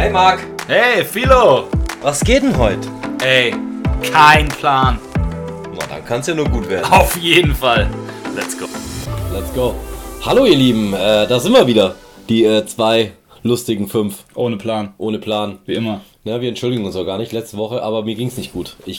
Hi Marc. Hey, Philo! Was geht denn heute? Ey, kein Plan. Na, dann kann's ja nur gut werden. Auf jeden Fall. Let's go. Let's go. Hallo ihr Lieben, da sind wir wieder. Die zwei lustigen 5. Ohne Plan. Ohne Plan. Wie immer. Ja, wir entschuldigen uns auch gar nicht letzte Woche, aber mir ging's nicht gut. Ich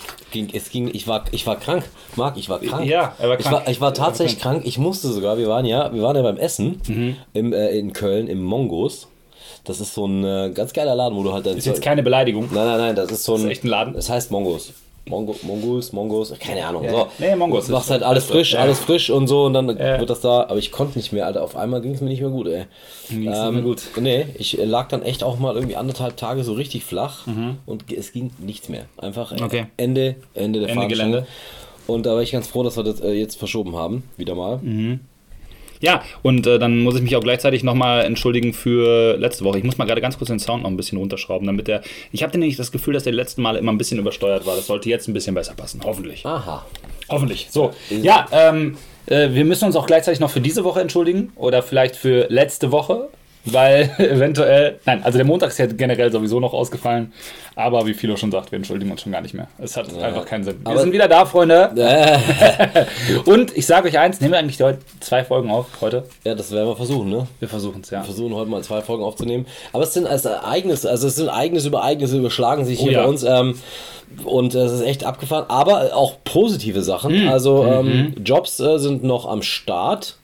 war krank. Marc, ich war krank. Ja, er war krank. Ich war tatsächlich krank. Ich musste sogar, wir waren ja beim Essen in Köln im Mongos. Das ist so ein ganz geiler Laden, wo du halt... Ist jetzt keine Beleidigung. Nein, das ist so ein... Das ist echt ein Laden? Das heißt Mongos. Mongos, keine Ahnung. Ja. So. Nee, Mongos. Du machst halt alles frisch und so und dann Ja. wird das da... Aber ich konnte nicht mehr, Alter. Auf einmal ging es mir nicht mehr gut, ey. Ging's nicht mehr gut. Nee, ich lag dann echt auch mal irgendwie 1,5 Tage so richtig flach und es ging nichts mehr. Einfach Okay. Ende der Fahnenstange. Gelände. Und da war ich ganz froh, dass wir das jetzt verschoben haben. Wieder mal. Ja, und dann muss ich mich auch gleichzeitig nochmal entschuldigen für letzte Woche. Ich muss mal gerade ganz kurz den Sound noch ein bisschen runterschrauben, damit der... Ich habe nämlich das Gefühl, dass der letzten Mal immer ein bisschen übersteuert war. Das sollte jetzt ein bisschen besser passen. Hoffentlich. Aha. Hoffentlich. So, ja, wir müssen uns auch gleichzeitig noch für diese Woche entschuldigen oder vielleicht für letzte Woche, weil eventuell... Nein, also der Montag ist ja generell sowieso noch ausgefallen, aber wie Philo schon sagt, wir entschuldigen uns schon gar nicht mehr. Es hat einfach keinen Sinn. Wir sind wieder da, Freunde. Und ich sage euch eins, nehmen wir eigentlich heute 2 Folgen auf heute? Ja, das werden wir versuchen, ne? Wir versuchen es, ja. Wir versuchen heute mal 2 Folgen aufzunehmen. Aber es sind Ereignisse über Ereignisse überschlagen sich hier bei uns. Und es ist echt abgefahren. Aber auch positive Sachen. Jobs sind noch am Start.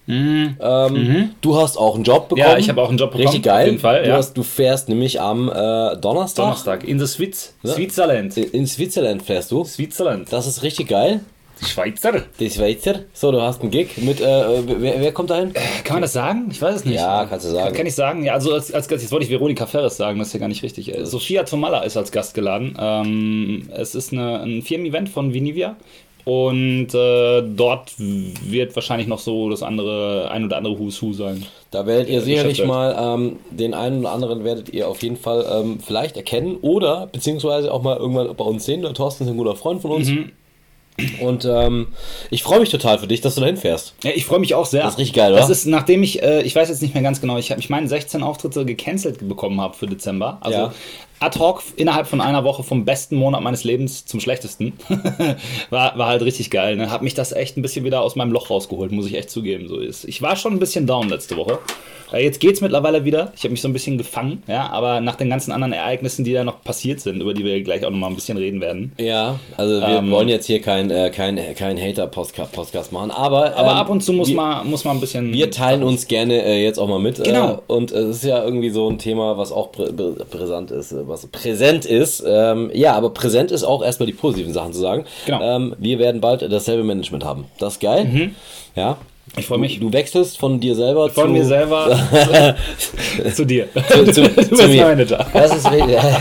Du hast auch einen Job bekommen. Ja, ich habe auch einen Job bekommen. Richtig geil. Auf jeden Fall, Du fährst nämlich am Donnerstag. In the Switzerland. In Switzerland fährst du. Switzerland. Das ist richtig geil. Die Schweizer. Die Schweizer. So, du hast einen Gig mit, wer kommt da hin? Kann man das sagen? Ich weiß es nicht. Ja, kannst du sagen. Kann ich sagen? Ja, also als Gast, jetzt wollte ich Veronika Ferres sagen, das ist ja gar nicht richtig. Sophia Tomalla ist als Gast geladen. Es ist ein Firmen-Event von Vinivia. Und dort wird wahrscheinlich noch so das ein oder andere Who's Who sein. Da werdet ihr sicherlich mal den einen oder anderen werdet ihr auf jeden Fall vielleicht erkennen oder beziehungsweise auch mal irgendwann bei uns sehen. Der Thorsten ist ein guter Freund von uns. Und ich freue mich total für dich, dass du da hinfährst. Ja, ich freue mich auch sehr. Das ist richtig geil, oder? Das ist, nachdem ich weiß jetzt nicht mehr ganz genau, ich meine 16 Auftritte gecancelt bekommen habe für Dezember. Also ad hoc innerhalb von einer Woche vom besten Monat meines Lebens zum schlechtesten. war halt richtig geil. Ne? Hab mich das echt ein bisschen wieder aus meinem Loch rausgeholt, muss ich echt zugeben. So ist. Ich war schon ein bisschen down letzte Woche. Jetzt geht's mittlerweile wieder. Ich habe mich so ein bisschen gefangen, ja, aber nach den ganzen anderen Ereignissen, die da noch passiert sind, über die wir gleich auch noch mal ein bisschen reden werden. Ja, also wir wollen jetzt hier kein Hater-Podcast machen, aber ab und zu muss man ein bisschen... Wir teilen uns gerne jetzt auch mal mit. Genau. Und es ist ja irgendwie so ein Thema, was auch präsent ist. Aber präsent ist auch erstmal die positiven Sachen zu sagen. Genau. Wir werden bald dasselbe Management haben. Das ist geil. Ja. Ich freue mich. Du wechselst von dir selber von mir selber zu dir. Du bist mir. Manager. Das ist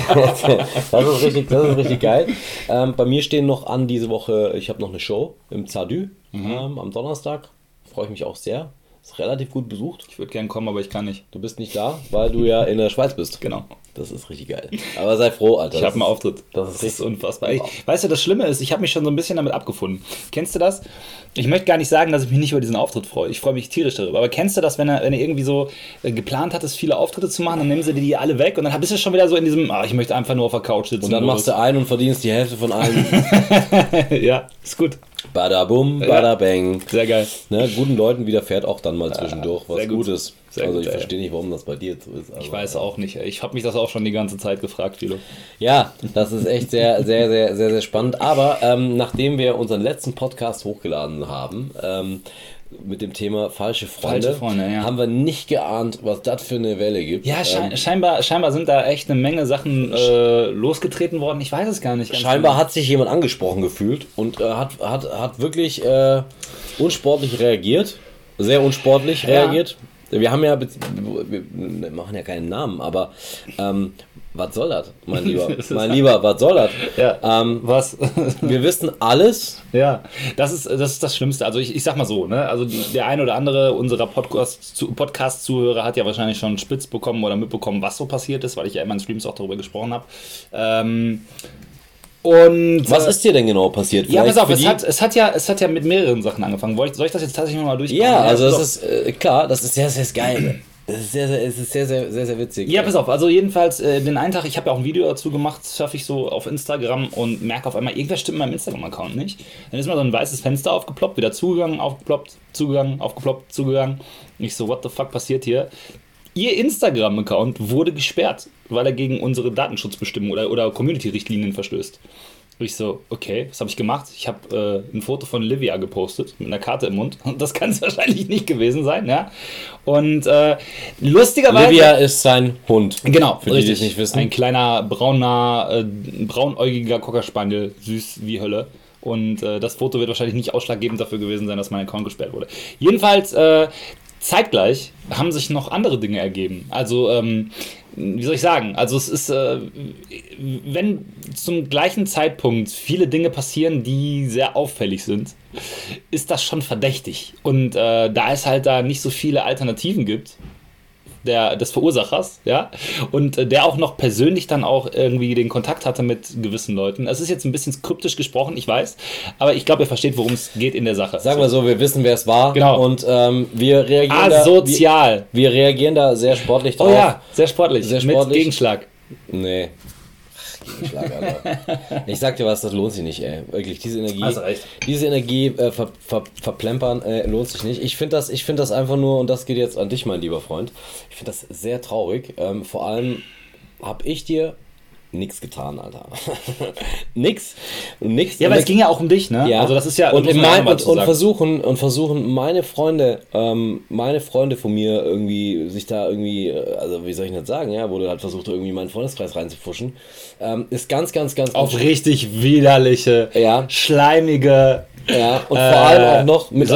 richtig geil. Bei mir stehen noch an diese Woche, ich habe noch eine Show im Zadü am Donnerstag. Freue ich mich auch sehr. Ist relativ gut besucht. Ich würde gerne kommen, aber ich kann nicht. Du bist nicht da, weil du ja in der Schweiz bist. Genau. Das ist richtig geil. Aber sei froh, Alter. Ich habe einen Auftritt. Das ist unfassbar. Weißt du, das Schlimme ist, ich habe mich schon so ein bisschen damit abgefunden. Kennst du das? Ich möchte gar nicht sagen, dass ich mich nicht über diesen Auftritt freue. Ich freue mich tierisch darüber. Aber kennst du das, wenn er irgendwie so geplant hattest, viele Auftritte zu machen, dann nehmen sie die alle weg und dann bist du schon wieder so in diesem, ich möchte einfach nur auf der Couch sitzen. Und dann machst du einen und verdienst die Hälfte von allen. Ja, ist gut. Bada bum, bada bang. Sehr geil. Ne, guten Leuten widerfährt auch dann mal zwischendurch was Gutes. Sehr also gut, ich verstehe nicht, warum das bei dir so ist. Aber ich weiß auch nicht. Ich habe mich das auch schon die ganze Zeit gefragt, Philo. Ja, das ist echt sehr, sehr, sehr, sehr, sehr spannend. Aber nachdem wir unseren letzten Podcast hochgeladen haben, mit dem Thema falsche Freunde, haben wir nicht geahnt, was das für eine Welle gibt. Ja, scheinbar sind da echt eine Menge Sachen losgetreten worden. Ich weiß es gar nicht. Scheinbar hat sich jemand angesprochen gefühlt und hat wirklich unsportlich reagiert. Sehr unsportlich reagiert. Wir haben wir machen ja keinen Namen, aber was soll das, mein Lieber? Was soll das? Ja, was? Wir wissen alles. Ja, das ist das Schlimmste. Also ich sag mal so, ne? Also der ein oder andere unserer Podcast-Zuhörer hat ja wahrscheinlich schon spitz bekommen oder mitbekommen, was so passiert ist, weil ich ja in meinen Streams auch darüber gesprochen habe. Und was ist dir denn genau passiert? Ja, pass auf, es hat ja mit mehreren Sachen angefangen. Soll ich das jetzt tatsächlich nochmal durchgehen? Ja, also das ist klar, das ist sehr, sehr geil. Es ist sehr witzig. Ja, pass auf, also jedenfalls den einen Tag, ich habe ja auch ein Video dazu gemacht, surfe ich so auf Instagram und merke auf einmal, irgendwas stimmt in meinem Instagram-Account nicht. Dann ist mal so ein weißes Fenster aufgeploppt, wieder zugegangen, aufgeploppt, zugegangen, aufgeploppt, zugegangen. Und ich so, what the fuck passiert hier? Ihr Instagram-Account wurde gesperrt, weil er gegen unsere Datenschutzbestimmungen oder Community-Richtlinien verstößt. Und ich so, okay, was habe ich gemacht? Ich habe ein Foto von Livia gepostet, mit einer Karte im Mund. Und das kann es wahrscheinlich nicht gewesen sein, ja. Und lustigerweise... Livia ist sein Hund. Genau, für die, die es nicht wissen. Ein kleiner, braunäugiger Cocker Spaniel, süß wie Hölle. Und das Foto wird wahrscheinlich nicht ausschlaggebend dafür gewesen sein, dass mein Account gesperrt wurde. Jedenfalls... zeitgleich haben sich noch andere Dinge ergeben. Also, wie soll ich sagen? Also, es ist, wenn zum gleichen Zeitpunkt viele Dinge passieren, die sehr auffällig sind, ist das schon verdächtig. Und da es halt da nicht so viele Alternativen gibt, des Verursachers, ja, und der auch noch persönlich dann auch irgendwie den Kontakt hatte mit gewissen Leuten. Es ist jetzt ein bisschen kryptisch gesprochen, ich weiß, aber ich glaube, ihr versteht, worum es geht in der Sache. Sagen wir so, wir wissen, wer es war. Genau. Und wir reagieren asozial. Wir reagieren da sehr sportlich drauf. Oh ja, sehr sportlich. Sehr sportlich. Mit Gegenschlag. Nee. Gegenschlag, Alter. Ich sag dir was, das lohnt sich nicht, ey. Wirklich, diese Energie verplempern lohnt sich nicht. Ich finde das einfach nur, und das geht jetzt an dich, mein lieber Freund, ich finde das sehr traurig. Vor allem habe ich dir nichts getan, Alter. Nix. Ja, aber es ging ja auch um dich, ne? Ja. Also das ist ja... Und versuchen meine Freunde von mir irgendwie, sich da irgendwie, also wie soll ich das sagen, ja, wo du halt versucht, irgendwie meinen Freundeskreis reinzufuschen, ist ganz auf richtig widerliche, schleimige... Ja, und vor allem auch noch mit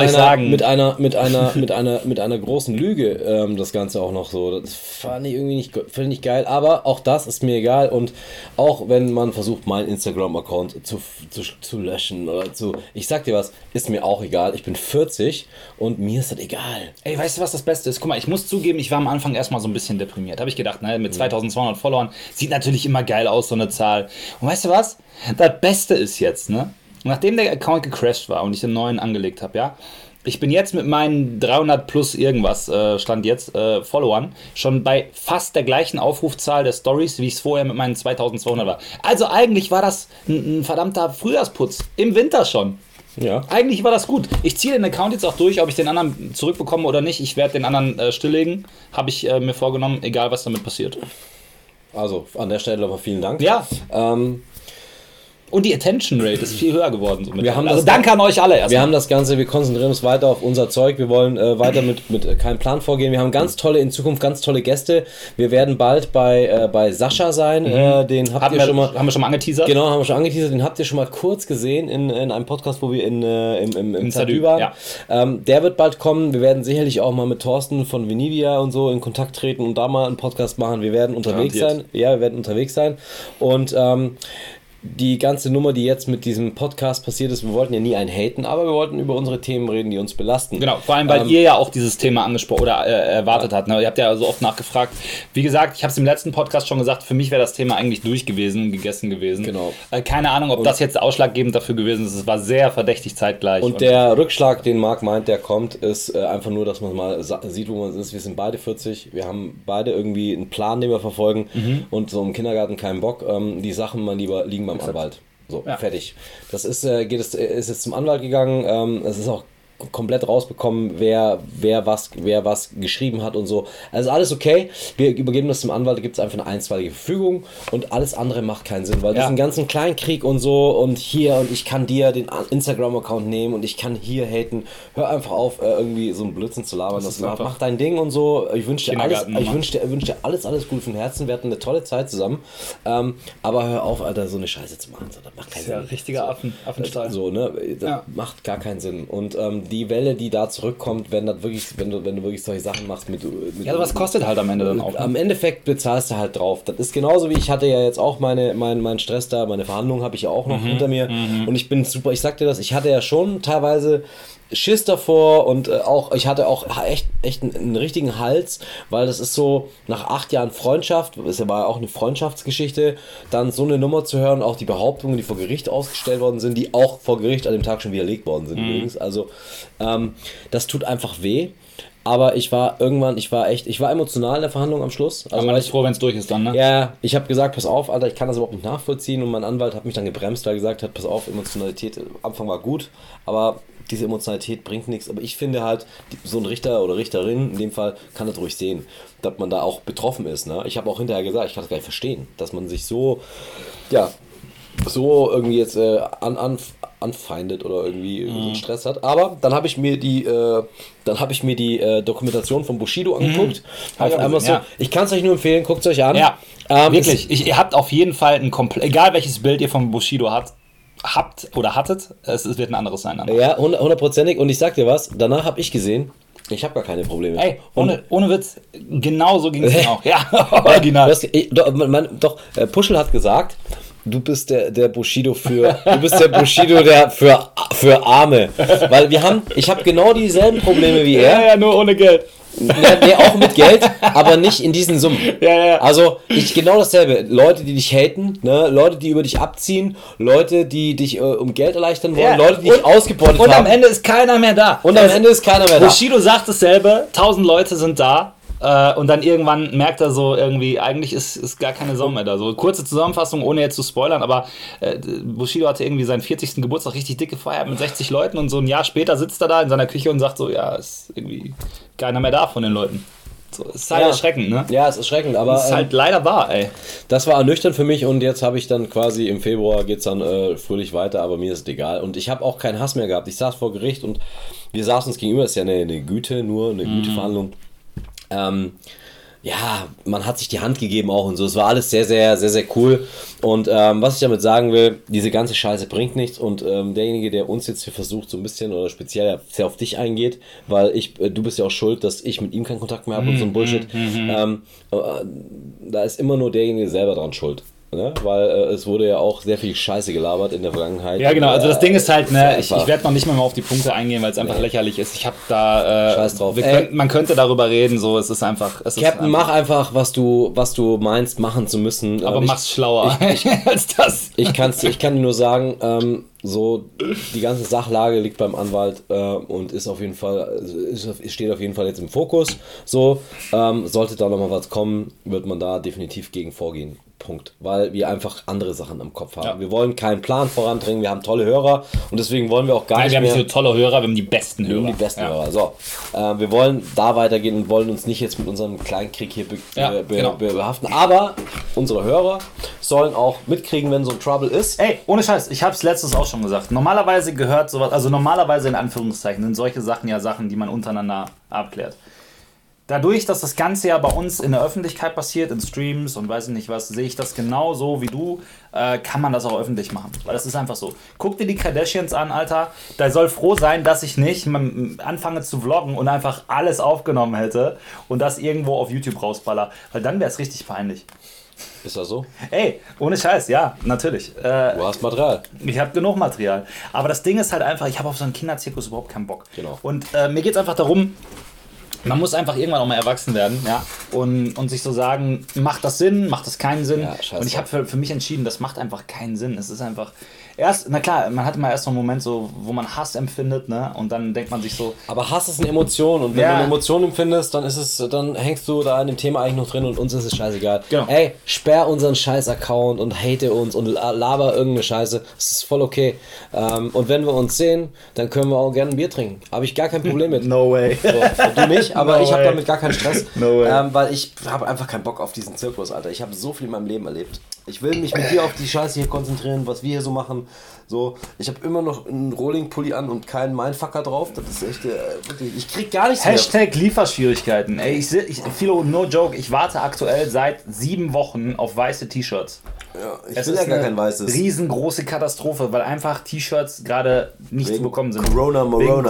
einer großen Lüge das Ganze auch noch so. Das fand ich irgendwie nicht geil, aber auch das ist mir egal. Und auch wenn man versucht, meinen Instagram-Account zu löschen oder ich sag dir was, ist mir auch egal. Ich bin 40 und mir ist das egal. Ey, weißt du, was das Beste ist? Guck mal, ich muss zugeben, ich war am Anfang erstmal so ein bisschen deprimiert. Habe ich gedacht, ne, mit 2200 Followern sieht natürlich immer geil aus, so eine Zahl. Und weißt du was? Das Beste ist jetzt, ne? Nachdem der Account gecrashed war und ich einen neuen angelegt habe, ja, ich bin jetzt mit meinen 300 plus irgendwas, Stand jetzt, Followern, schon bei fast der gleichen Aufrufzahl der Stories, wie ich es vorher mit meinen 2200 war. Also eigentlich war das ein verdammter Frühjahrsputz, im Winter schon. Ja. Eigentlich war das gut. Ich ziehe den Account jetzt auch durch, ob ich den anderen zurückbekomme oder nicht. Ich werde den anderen stilllegen, habe ich mir vorgenommen, egal was damit passiert. Also an der Stelle aber vielen Dank. Ja. Und die Attention Rate ist viel höher geworden. Also danke an euch alle erstmal. Wir haben das Ganze, wir konzentrieren uns weiter auf unser Zeug. Wir wollen weiter mit keinem Plan vorgehen. Wir haben in Zukunft ganz tolle Gäste. Wir werden bald bei Sascha sein. Den haben wir schon mal angeteasert. Genau, haben wir schon angeteasert. Den habt ihr schon mal kurz gesehen in einem Podcast, wo wir im Zadü waren. Ja. Der wird bald kommen. Wir werden sicherlich auch mal mit Thorsten von Venivia und so in Kontakt treten und da mal einen Podcast machen. Wir werden unterwegs sein. Ja, wir werden unterwegs sein. Und die ganze Nummer, die jetzt mit diesem Podcast passiert ist, wir wollten ja nie einen haten, aber wir wollten über unsere Themen reden, die uns belasten. Genau, vor allem, weil ihr ja auch dieses Thema angesprochen oder erwartet habt. Ne? Ihr habt ja so oft nachgefragt. Wie gesagt, ich habe es im letzten Podcast schon gesagt, für mich wäre das Thema eigentlich durch gewesen, gegessen gewesen. Genau. Keine Ahnung, ob das jetzt ausschlaggebend dafür gewesen ist. Es war sehr verdächtig zeitgleich. Und der Rückschlag, den Marc meint, der kommt, ist einfach nur, dass man mal sieht, wo man ist. Wir sind beide 40, wir haben beide irgendwie einen Plan, den wir verfolgen und so im Kindergarten keinen Bock. Die Sachen mal lieber liegen beim Anwalt. So, fertig. Das ist jetzt zum Anwalt gegangen. Es ist auch komplett rausbekommen, wer was geschrieben hat und so. Also alles okay. Wir übergeben das zum Anwalt, da gibt es einfach eine einstweilige Verfügung und alles andere macht keinen Sinn, weil diesen ganzen Kleinkrieg und so und hier und ich kann dir den Instagram-Account nehmen und ich kann hier haten. Hör einfach auf, irgendwie so einen Blödsinn zu labern. Mach dein Ding und so. Ich wünsche dir alles gut von Herzen. Wir hatten eine tolle Zeit zusammen. Aber hör auf, Alter, so eine Scheiße zu machen. Das macht keinen Sinn. Ja, richtiger Affenstall. So, ne? Das macht gar keinen Sinn. Und die Welle, die da zurückkommt, wenn du wirklich solche Sachen machst mit ja, aber was kostet halt am Ende dann auch? Am Endeffekt bezahlst du halt drauf. Das ist genauso wie ich hatte ja jetzt auch meinen Stress da, meine Verhandlungen habe ich ja auch noch hinter mir und ich bin super, ich sag dir das, ich hatte ja schon teilweise Schiss davor und ich hatte auch echt einen richtigen Hals, weil das ist so, nach 8 Jahren Freundschaft, es war ja auch eine Freundschaftsgeschichte, dann so eine Nummer zu hören, auch die Behauptungen, die vor Gericht ausgestellt worden sind, die auch vor Gericht an dem Tag schon widerlegt worden sind übrigens. Also das tut einfach weh. Aber ich war emotional in der Verhandlung am Schluss. Also man ist froh, wenn es durch ist dann, ne? Ja, ich habe gesagt, pass auf, Alter, ich kann das überhaupt nicht nachvollziehen. Und mein Anwalt hat mich dann gebremst, weil er gesagt hat, pass auf, Emotionalität am Anfang war gut, aber diese Emotionalität bringt nichts. Aber ich finde halt, so ein Richter oder Richterin, in dem Fall, kann das ruhig sehen, dass man da auch betroffen ist. Ne? Ich habe auch hinterher gesagt, ich kann das gar nicht verstehen, dass man sich so irgendwie jetzt anfeindet oder irgendwie so Stress hat. Aber dann habe ich mir die Dokumentation von Bushido angeguckt. Auf einmal so, ich kann es euch nur empfehlen, guckt es euch an. Ja, wirklich. Ihr habt auf jeden Fall egal welches Bild ihr von Bushido habt oder hattet, es wird ein anderes sein. Danach. Ja, 100%ig. Und ich sag dir was, danach habe ich gesehen, ich habe gar keine Probleme. Ey, ohne Witz, genau so ging es mir auch. Ja, original. Puschel hat gesagt, du bist der Bushido für Arme. Weil ich habe genau dieselben Probleme wie er. Ja, nur ohne Geld. Ja, auch mit Geld, aber nicht in diesen Summen. Ja. Also, genau dasselbe. Leute, die dich haten, ne? Leute, die über dich abziehen, Leute, die dich um Geld erleichtern wollen, Leute, die dich ausgebeutet haben. Und am Ende ist keiner mehr da. Bushido sagt dasselbe, 1000 Leute sind da. Und dann irgendwann merkt er so irgendwie, eigentlich ist gar keine Sau mehr da. So kurze Zusammenfassung, ohne jetzt zu spoilern, aber Bushido hatte irgendwie seinen 40. Geburtstag richtig dick gefeiert mit 60 Leuten und so ein Jahr später sitzt er da in seiner Küche und sagt so, ja, ist irgendwie keiner mehr da von den Leuten. So, ist halt erschreckend, ne? Ja, es ist erschreckend, aber... Das ist halt leider wahr, ey. Das war ernüchternd für mich und jetzt habe ich dann quasi im Februar geht's dann fröhlich weiter, aber mir ist es egal. Und ich habe auch keinen Hass mehr gehabt. Ich saß vor Gericht und wir saßen uns gegenüber, das ist ja eine Güteverhandlung. Man hat sich die Hand gegeben auch und so. Es war alles sehr, sehr, sehr, sehr cool. Und was ich damit sagen will, diese ganze Scheiße bringt nichts. Und derjenige, der uns jetzt hier versucht, so ein bisschen oder speziell sehr auf dich eingeht, weil du bist ja auch schuld, dass ich mit ihm keinen Kontakt mehr habe und so ein Bullshit. Da ist immer nur derjenige selber dran schuld. Ne? Weil es wurde ja auch sehr viel Scheiße gelabert in der Vergangenheit. Ja, genau. Also das Ding ist halt, ne, ich werde noch nicht mehr auf die Punkte eingehen, weil es einfach lächerlich ist. Ich habe da... Scheiß drauf. Man könnte darüber reden, so, es ist einfach... Captain, mach einfach, was du meinst, machen zu müssen. Aber mach's schlauer als das. Ich kann dir nur sagen, so die ganze Sachlage liegt beim Anwalt und ist auf jeden Fall, steht auf jeden Fall jetzt im Fokus. So, sollte da nochmal was kommen, wird man da definitiv gegen vorgehen. Punkt. Weil wir einfach andere Sachen im Kopf haben. Ja. Wir wollen keinen Plan voranbringen, wir haben tolle Hörer und deswegen wollen wir auch gar nicht mehr... Wir haben nicht so tolle Hörer, wir haben die besten Hörer. Hörer. So, wir wollen da weitergehen und wollen uns nicht jetzt mit unserem Kleinkrieg hier behaften. Aber unsere Hörer sollen auch mitkriegen, wenn so ein Trouble ist. Ey, ohne Scheiß, ich habe es letztes auch schon gesagt. Normalerweise gehört sowas, also normalerweise in Anführungszeichen, sind solche Sachen ja Sachen, die man untereinander abklärt. Dadurch, dass das Ganze ja bei uns in der Öffentlichkeit passiert, in Streams und weiß ich nicht was, sehe ich das genauso wie du, kann man das auch öffentlich machen. Weil das ist einfach so. Guck dir die Kardashians an, Alter. Da soll froh sein, dass ich nicht anfange zu vloggen und einfach alles aufgenommen hätte und das irgendwo auf YouTube rausballer. Weil dann wäre es richtig peinlich. Ist das so? Ey, ohne Scheiß, ja, natürlich. Du hast Material. Ich habe genug Material. Aber das Ding ist halt einfach, ich habe auf so einen Kinderzirkus überhaupt keinen Bock. Genau. Und mir geht es einfach darum, man muss einfach irgendwann auch mal erwachsen werden, ja, und sich so sagen, macht das Sinn, macht das keinen Sinn? Ja, und ich habe für mich entschieden, das macht einfach keinen Sinn. Es ist einfach, na klar, man hat immer erst so einen Moment, so, wo man Hass empfindet, ne, und dann denkt man sich so... Aber Hass ist eine Emotion und wenn du eine Emotion empfindest, dann hängst du da in dem Thema eigentlich noch drin und uns ist es scheißegal. Genau. Ey, sperr unseren Scheiß-Account und hate uns und laber irgendeine Scheiße, das ist voll okay. Und wenn wir uns sehen, dann können wir auch gerne ein Bier trinken. Habe ich gar kein Problem mit. No way. So, du nicht, aber ich habe damit gar keinen Stress. No way. Weil ich habe einfach keinen Bock auf diesen Zirkus, Alter. Ich habe so viel in meinem Leben erlebt. Ich will mich mit dir auf die Scheiße hier konzentrieren, was wir hier so machen. So, ich habe immer noch einen Rolling-Pulli an und keinen Mindfucker drauf. Das ist echt, wirklich, ich krieg gar nichts mehr. Hashtag Lieferschwierigkeiten. Ey, Philo, no joke, ich warte aktuell seit 7 Wochen auf weiße T-Shirts. Ja, ich will ja gar kein weißes. Riesengroße Katastrophe, weil einfach T-Shirts gerade nicht zu bekommen sind. Corona.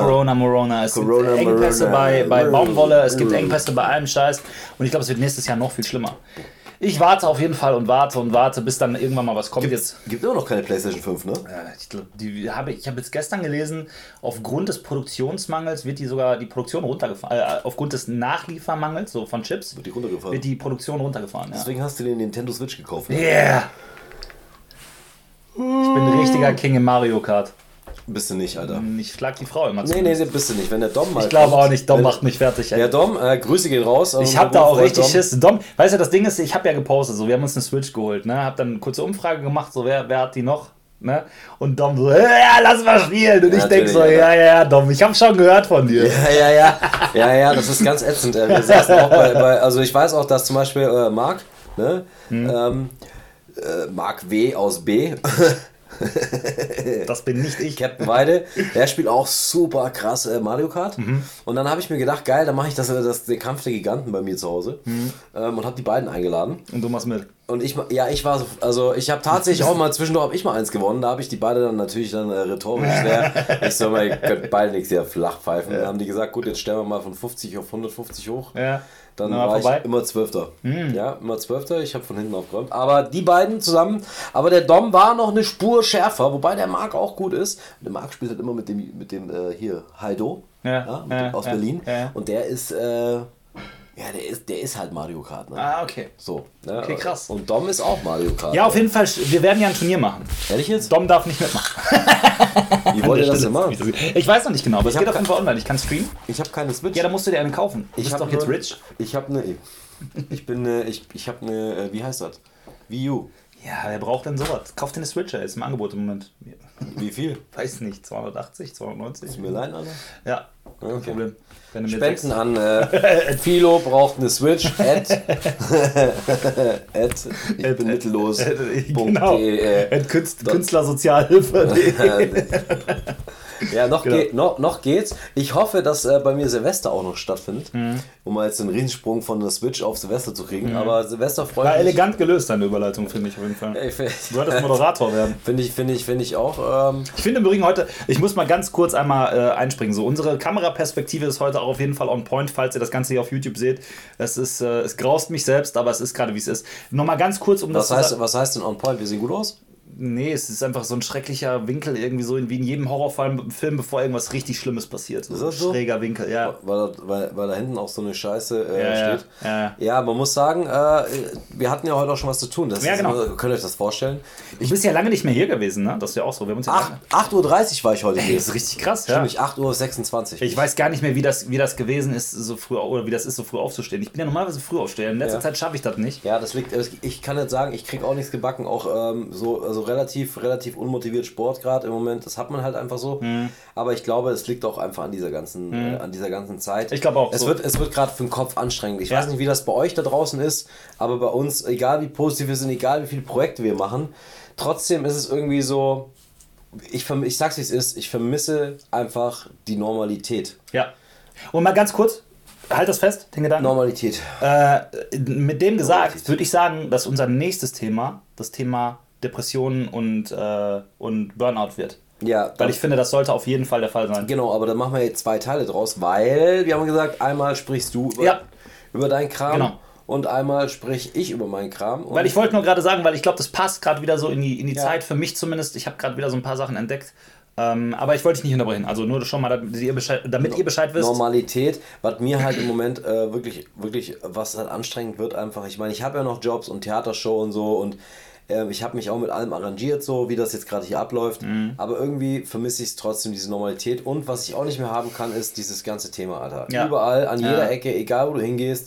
Es gibt Engpässe bei Baumwolle, es gibt Engpässe bei allem Scheiß und ich glaube, es wird nächstes Jahr noch viel schlimmer. Ich warte auf jeden Fall und warte, bis dann irgendwann mal was kommt. Gibt immer noch keine PlayStation 5, ne? Ich habe jetzt gestern gelesen, aufgrund des Produktionsmangels wird die Produktion runtergefahren. Aufgrund des Nachliefermangels, so von Chips, wird die Produktion runtergefahren. Ja. Deswegen hast du den Nintendo Switch gekauft. Ne? Yeah! Ich bin ein richtiger King im Mario Kart. Bist du nicht, Alter. Ich schlag die Frau immer zu. Nee, bist du nicht. Wenn der Dom mal Ich glaube auch nicht, Dom macht mich fertig. Ey. Ja, Dom, Grüße gehen raus. Ich habe da auch richtig Schiss. Dom, weißt du, das Ding ist, ich habe ja gepostet, so, wir haben uns eine Switch geholt, ne? Hab dann eine kurze Umfrage gemacht, so, wer hat die noch? Ne? Und Dom so, ja, lass mal spielen. Und ich denke so, ja, Dom, ich habe schon gehört von dir. Ja, das ist ganz ätzend. Wir saßen auch also ich weiß auch, dass zum Beispiel Marc, ne? Marc W. aus B. Das bin nicht ich. Captain Weide, der spielt auch super krass Mario Kart. Und dann habe ich mir gedacht, geil, dann mache ich den Kampf der Giganten bei mir zu Hause und habe die beiden eingeladen. Und du machst mit. Und ich war so, also ich habe tatsächlich auch mal zwischendurch habe ich mal eins gewonnen, da habe ich die beide dann natürlich rhetorisch schwer. Ich so, ihr könnt beide nichts hier flach pfeifen. Dann haben die gesagt, gut, jetzt stellen wir mal von 50 auf 150 hoch. Ja. Dann war ich immer Zwölfter. Ja, immer Zwölfter. Ich habe von hinten aufgeräumt. Aber die beiden zusammen. Aber der Dom war noch eine Spur schärfer, wobei der Marc auch gut ist. Der Marc spielt halt immer mit dem hier Heido aus Berlin. Ja. Und der ist der ist halt Mario Kart. Ne? Ah, okay. So. Ne? Okay, krass. Und Dom ist auch Mario Kart. Ja, auf jeden Fall. Wir werden ja ein Turnier machen. Ehrlich jetzt? Dom darf nicht mitmachen. Wie wollt ihr das denn machen? Ich weiß noch nicht genau, aber es geht auf jeden Fall online. Ich kann streamen. Ich habe keine Switch. Ja, da musst du dir eine kaufen. Du bist doch jetzt rich. Ich habe eine. Ich habe eine. Wie heißt das? Wii U. Ja, wer braucht denn sowas? Kauft dir eine Switch, ist im Angebot im Moment. Wie viel? Weiß nicht, 280, 290. Ist mir leid, Alter? Ja, kein Problem. Spenden an Philo braucht eine Switch ich bin mittellos. Genau. Künstlersozialhilfe. Ja, noch geht's. Ich hoffe, dass bei mir Silvester auch noch stattfindet, um mal jetzt einen Riesensprung von der Switch auf Silvester zu kriegen. Aber Silvester freut mich. War elegant gelöst, deine Überleitung, finde ich auf jeden Fall. Du wolltest Moderator werden. Finde ich auch. Ich finde im Übrigen heute, ich muss mal ganz kurz einmal einspringen. So, unsere Kameraperspektive ist heute auch auf jeden Fall on point, falls ihr das Ganze hier auf YouTube seht. Es graust mich selbst, aber es ist gerade wie es ist. Nochmal ganz kurz, was heißt denn on point? Wir sehen gut aus? Nee, es ist einfach so ein schrecklicher Winkel, irgendwie so wie in jedem Horrorfilm, bevor irgendwas richtig Schlimmes passiert. So ein schräger Winkel, ja. Weil da hinten auch so eine Scheiße steht. Ja, man muss sagen, wir hatten ja heute auch schon was zu tun. Genau. Könnt ihr euch das vorstellen? Du bist ja lange nicht mehr hier gewesen, ne? Das ist ja auch so. 8:30 Uhr war ich heute hier. Das ist richtig krass, ja. Stimmt, 8:26 Uhr. Ich weiß gar nicht mehr, wie das gewesen ist, so früh, oder wie das ist, so früh aufzustehen. Ich bin ja normalerweise früh aufstehen. In letzter Zeit schaffe ich das nicht. Ja, das liegt, ich kann nicht sagen, ich kriege auch nichts gebacken, auch also relativ unmotiviert Sport gerade im Moment, das hat man halt einfach so. Aber ich glaube, es liegt auch einfach an dieser ganzen Zeit. Ich glaube auch. Es wird gerade für den Kopf anstrengend. Ich weiß nicht, wie das bei euch da draußen ist, aber bei uns, egal wie positiv wir sind, egal wie viele Projekte wir machen, trotzdem ist es irgendwie so, ich sag's wie es ist, ich vermisse einfach die Normalität. Ja. Und mal ganz kurz, halt das fest, den Gedanken. Normalität. Mit dem gesagt, würde ich sagen, dass unser nächstes Thema, das Thema Depressionen und Burnout wird. Ja. Weil ich finde, das sollte auf jeden Fall der Fall sein. Genau, aber dann machen wir jetzt 2 Teile draus, weil wir haben gesagt, einmal sprichst du über deinen Kram. Genau. Und einmal spreche ich über meinen Kram. Weil ich wollte nur gerade sagen, weil ich glaube, das passt gerade wieder so in die Zeit, für mich zumindest. Ich habe gerade wieder so ein paar Sachen entdeckt. Aber ich wollte dich nicht unterbrechen. Also nur schon mal, damit ihr Bescheid wisst. Normalität, was mir halt im Moment wirklich, was halt anstrengend wird einfach. Ich meine, ich habe ja noch Jobs und Theatershow und so und ich habe mich auch mit allem arrangiert, so wie das jetzt gerade hier abläuft. Aber irgendwie vermisse ich es trotzdem, diese Normalität. Und was ich auch nicht mehr haben kann, ist dieses ganze Thema, Alter. Ja. Überall, an jeder Ecke, egal wo du hingehst.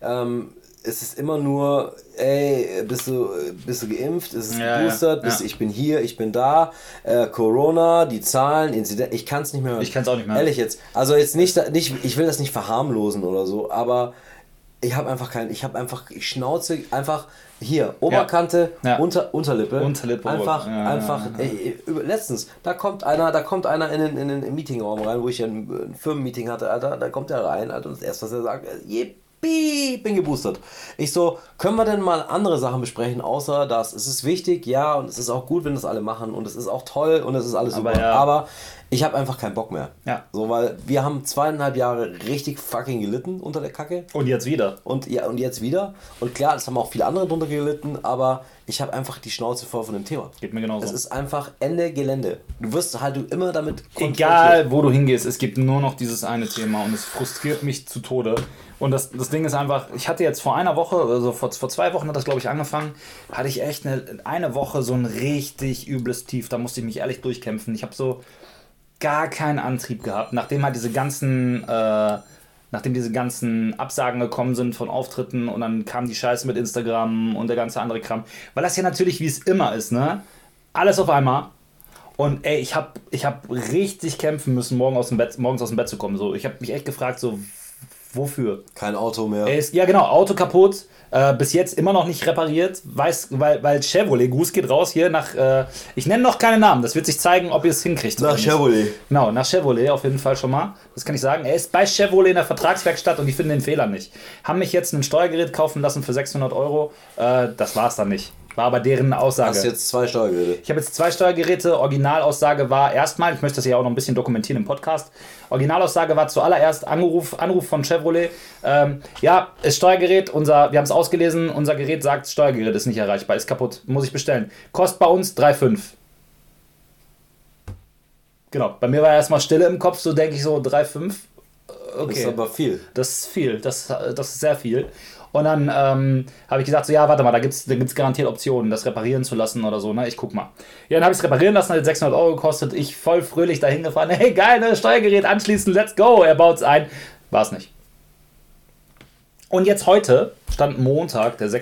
Es ist immer nur, ey, bist du geimpft, ist es geboostert, ich bin hier, ich bin da, Corona, die Zahlen, Inzidenz, ich kann es nicht mehr hören. Ich kann es auch nicht mehr. Ehrlich jetzt, also jetzt nicht, ich will das nicht verharmlosen oder so, aber ich schnauze einfach hier, Oberkante, Unterlippe. Einfach, letztens, da kommt einer in den Meetingraum rein, wo ich ein Firmenmeeting hatte, Alter, da kommt er rein, Alter, und das erste, was er sagt, bin geboostert. Ich so, können wir denn mal andere Sachen besprechen, außer das? Es ist wichtig, ja, und es ist auch gut, wenn das alle machen und es ist auch toll und es ist alles super. Aber ich habe einfach keinen Bock mehr. Ja. So, weil wir haben 2,5 Jahre richtig fucking gelitten unter der Kacke. Und jetzt wieder. Und jetzt wieder. Und klar, es haben auch viele andere drunter gelitten, aber ich habe einfach die Schnauze voll von dem Thema. Geht mir genauso. Es ist einfach Ende Gelände. Du wirst halt immer damit konfrontiert. Egal, wo du hingehst, es gibt nur noch dieses eine Thema und es frustriert mich zu Tode. Und das Ding ist einfach, ich hatte jetzt vor einer Woche, also vor 2 Wochen hat das glaube ich angefangen, hatte ich echt eine Woche so ein richtig übles Tief. Da musste ich mich ehrlich durchkämpfen. Ich habe so gar keinen Antrieb gehabt, nachdem halt diese ganzen Absagen gekommen sind von Auftritten und dann kam die Scheiße mit Instagram und der ganze andere Kram. Weil das ja natürlich, wie es immer ist, ne? Alles auf einmal. Und ey, ich hab richtig kämpfen müssen, morgens aus dem Bett zu kommen. So, ich habe mich echt gefragt, so, wofür? Kein Auto mehr. Ja genau, Auto kaputt. Bis jetzt immer noch nicht repariert, weil Chevrolet, Gruß geht raus hier nach, ich nenne noch keine Namen, das wird sich zeigen, ob ihr es hinkriegt. Nach Chevrolet. Genau, nach Chevrolet auf jeden Fall schon mal, das kann ich sagen. Er ist bei Chevrolet in der Vertragswerkstatt und die finden den Fehler nicht. Haben mich jetzt ein Steuergerät kaufen lassen für 600 €, das war's dann nicht. War aber deren Aussage. Hast du jetzt 2 Steuergeräte? Ich habe jetzt 2 Steuergeräte. Originalaussage war erstmal, ich möchte das ja auch noch ein bisschen dokumentieren im Podcast. Originalaussage war zuallererst Anruf von Chevrolet. Ja, das Steuergerät, wir haben es ausgelesen, unser Gerät sagt, das Steuergerät ist nicht erreichbar, ist kaputt, muss ich bestellen. Kostet bei uns 3,5. Genau, bei mir war erstmal Stille im Kopf, so denke ich so 3,5. Okay. Das ist aber viel. Das ist viel, das ist sehr viel. Und dann habe ich gesagt, so ja, warte mal, da gibt's garantiert Optionen, das reparieren zu lassen oder so, ne? Ich guck mal. Ja, dann habe ich es reparieren lassen, hat 600 € gekostet, ich voll fröhlich dahin gefahren, hey, geil, ne? Steuergerät anschließen, let's go, er baut es ein. War es nicht. Und jetzt heute, stand Montag, der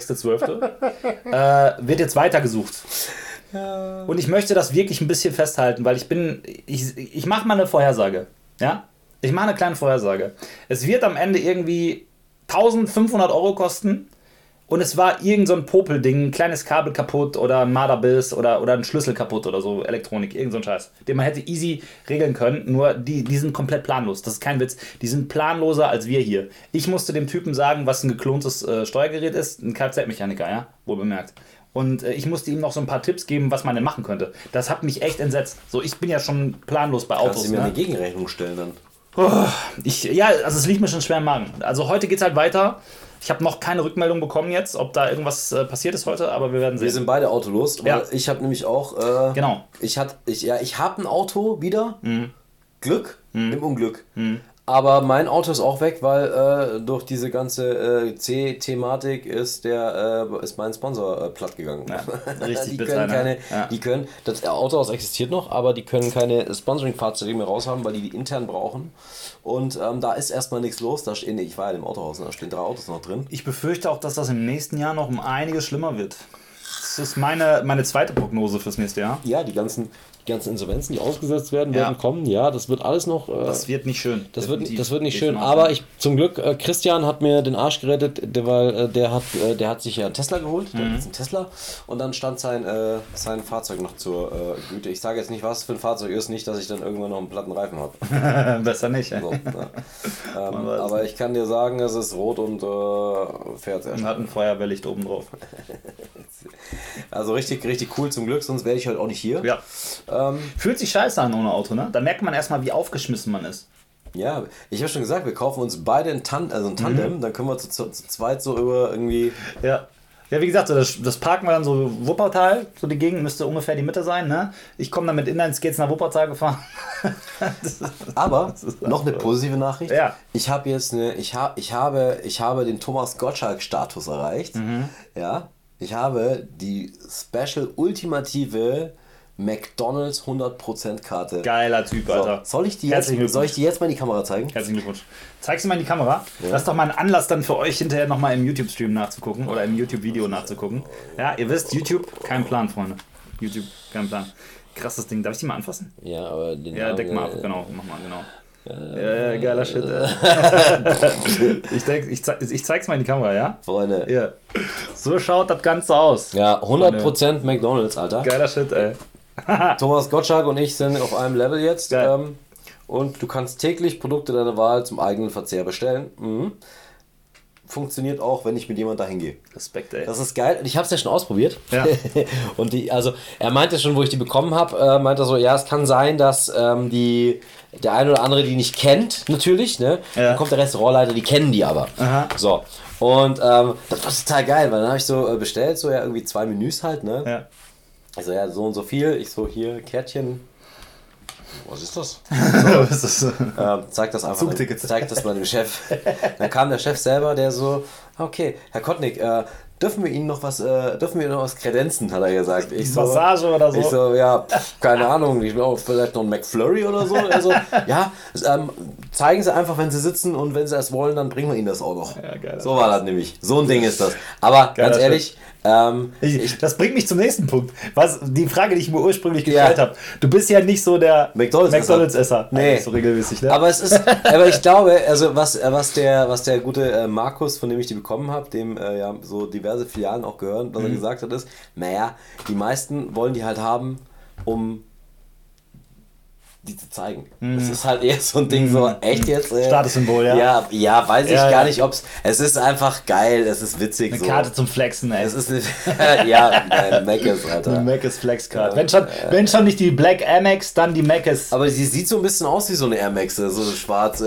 6.12., wird jetzt weitergesucht. Ja. Und ich möchte das wirklich ein bisschen festhalten, weil ich mache mal eine Vorhersage, ja? Ich mache eine kleine Vorhersage. Es wird am Ende irgendwie 1.500 € kosten und es war irgend so ein Popelding, ein kleines Kabel kaputt oder ein Marderbiss oder ein Schlüssel kaputt oder so, Elektronik, irgend so ein Scheiß, den man hätte easy regeln können, nur die sind komplett planlos, das ist kein Witz, die sind planloser als wir hier. Ich musste dem Typen sagen, was ein geklontes Steuergerät ist, ein Kfz-Mechaniker, ja, wohl bemerkt. Und ich musste ihm noch so ein paar Tipps geben, was man denn machen könnte. Das hat mich echt entsetzt. So, ich bin ja schon planlos bei Autos. Kannst du mir eine Gegenrechnung stellen dann? Also es liegt mir schon schwer im Magen. Also heute geht's halt weiter. Ich habe noch keine Rückmeldung bekommen jetzt, ob da irgendwas passiert ist heute, aber wir werden sehen. Wir sind beide autolos, weil ich habe nämlich auch... genau. Ich habe ein Auto wieder. Glück im Unglück. Aber mein Auto ist auch weg, weil durch diese ganze C-Thematik ist mein Sponsor platt gegangen. Ja, richtig die können das Autohaus existiert noch, aber die können keine Sponsoring-Fahrzeuge mehr raushaben, weil die intern brauchen. Und da ist erstmal nichts los. Ich war ja im Autohaus, da stehen 3 Autos noch drin. Ich befürchte auch, dass das im nächsten Jahr noch um einiges schlimmer wird. Das ist meine zweite Prognose fürs nächste Jahr. Ja, die ganzen Insolvenzen, die ausgesetzt werden kommen. Ja, das wird alles noch... das wird nicht schön. Das wird nicht schön. Aber zum Glück, Christian hat mir den Arsch gerettet, weil der hat sich ja einen Tesla geholt. Der hat jetzt einen Tesla. Und dann stand sein Fahrzeug noch zur Güte. Ich sage jetzt nicht, was für ein Fahrzeug ist. Nicht, dass ich dann irgendwann noch einen platten Reifen habe. Besser nicht. So, ja. Aber ich kann dir sagen, es ist rot und fährt sehr schnell. Und hat ein Feuerwehrlicht oben drauf. Also richtig, richtig cool zum Glück. Sonst wäre ich halt auch nicht hier. Ja. Fühlt sich scheiße an ohne Auto, ne? Da merkt man erstmal, wie aufgeschmissen man ist. Ja, ich habe schon gesagt, wir kaufen uns beide ein Tandem, dann können wir zu zweit so über irgendwie... Ja, wie gesagt, so das parken wir dann so Wuppertal, so die Gegend müsste ungefähr die Mitte sein, ne? Ich komme dann mit Inlineskates nach Wuppertal gefahren. Aber noch eine positive Nachricht. Ja. Ich habe jetzt ich habe den Thomas Gottschalk-Status erreicht. Ja, ich habe die Special ultimative McDonald's 100% Karte. Geiler Typ, Alter. Soll ich die jetzt mal in die Kamera zeigen? Herzlichen Glückwunsch. Zeig sie mal in die Kamera. Ja. Das ist doch mal ein Anlass dann für euch hinterher nochmal im YouTube-Stream nachzugucken oder im YouTube-Video nachzugucken. Ja, ihr wisst, YouTube, kein Plan, Freunde. YouTube, kein Plan. Krasses Ding. Darf ich die mal anfassen? Ja, aber deck mal ab, genau. Mach mal, genau. Ja, geiler Shit. Ich zeig's mal in die Kamera, ja? Freunde. Ja. So schaut das Ganze aus. Ja, 100% McDonald's, Alter. Geiler Shit, ey. Thomas Gottschalk und ich sind auf einem Level jetzt. Und du kannst täglich Produkte deiner Wahl zum eigenen Verzehr bestellen. funktioniert auch, wenn ich mit jemandem dahin gehe. Respekt, ey. Das ist geil. Ich habe es ja schon ausprobiert. Ja. Und er meinte schon, wo ich die bekommen habe, meinte er so, ja, es kann sein, dass der eine oder andere die nicht kennt, natürlich, ne? Ja. Dann kommt der Restaurantleiter, die kennen die aber. Aha. So. Und das war total geil, weil dann habe ich so bestellt, so ja irgendwie 2 Menüs halt, ne? Ja. Also ja, so und so viel. Ich so, hier, Kärtchen. Was ist das? Was ist das? Zeig das einfach. Zugtickets. Zeig das mal dem Chef. Dann kam der Chef selber, der so, okay, Herr Kottnick, dürfen wir Ihnen noch was kredenzen, hat er gesagt. Ich so, Massage oder so? Ich so, ja, keine Ahnung, vielleicht noch ein McFlurry oder so. Also, ja, zeigen Sie einfach, wenn Sie sitzen und wenn Sie es wollen, dann bringen wir Ihnen das auch noch. Ja, geil. So war das nämlich. So ein Ding ist das. Aber ganz ehrlich, das bringt mich zum nächsten Punkt. Die Frage, die ich mir ursprünglich gestellt habe. Du bist ja nicht so der McDonalds-Esser. Nee. So regelmäßig, ne? Aber ich glaube, also was der gute Markus, von dem ich die bekommen habe, dem ja so diverse Filialen auch gehören, was er gesagt hat, ist, naja, die meisten wollen die halt haben, um die zu zeigen. Das ist halt eher so ein Ding, so echt jetzt. Statussymbol, ja. Ja, weiß ich gar nicht, ob's. Es ist einfach geil, es ist witzig. Eine Karte zum Flexen, ey. Es ist ja, Mc's, Alter. Eine Mc's Flex-Card. Wenn schon nicht die Black Amex, dann die Mc's. Aber sie sieht so ein bisschen aus wie so eine Air Max, so schwarz.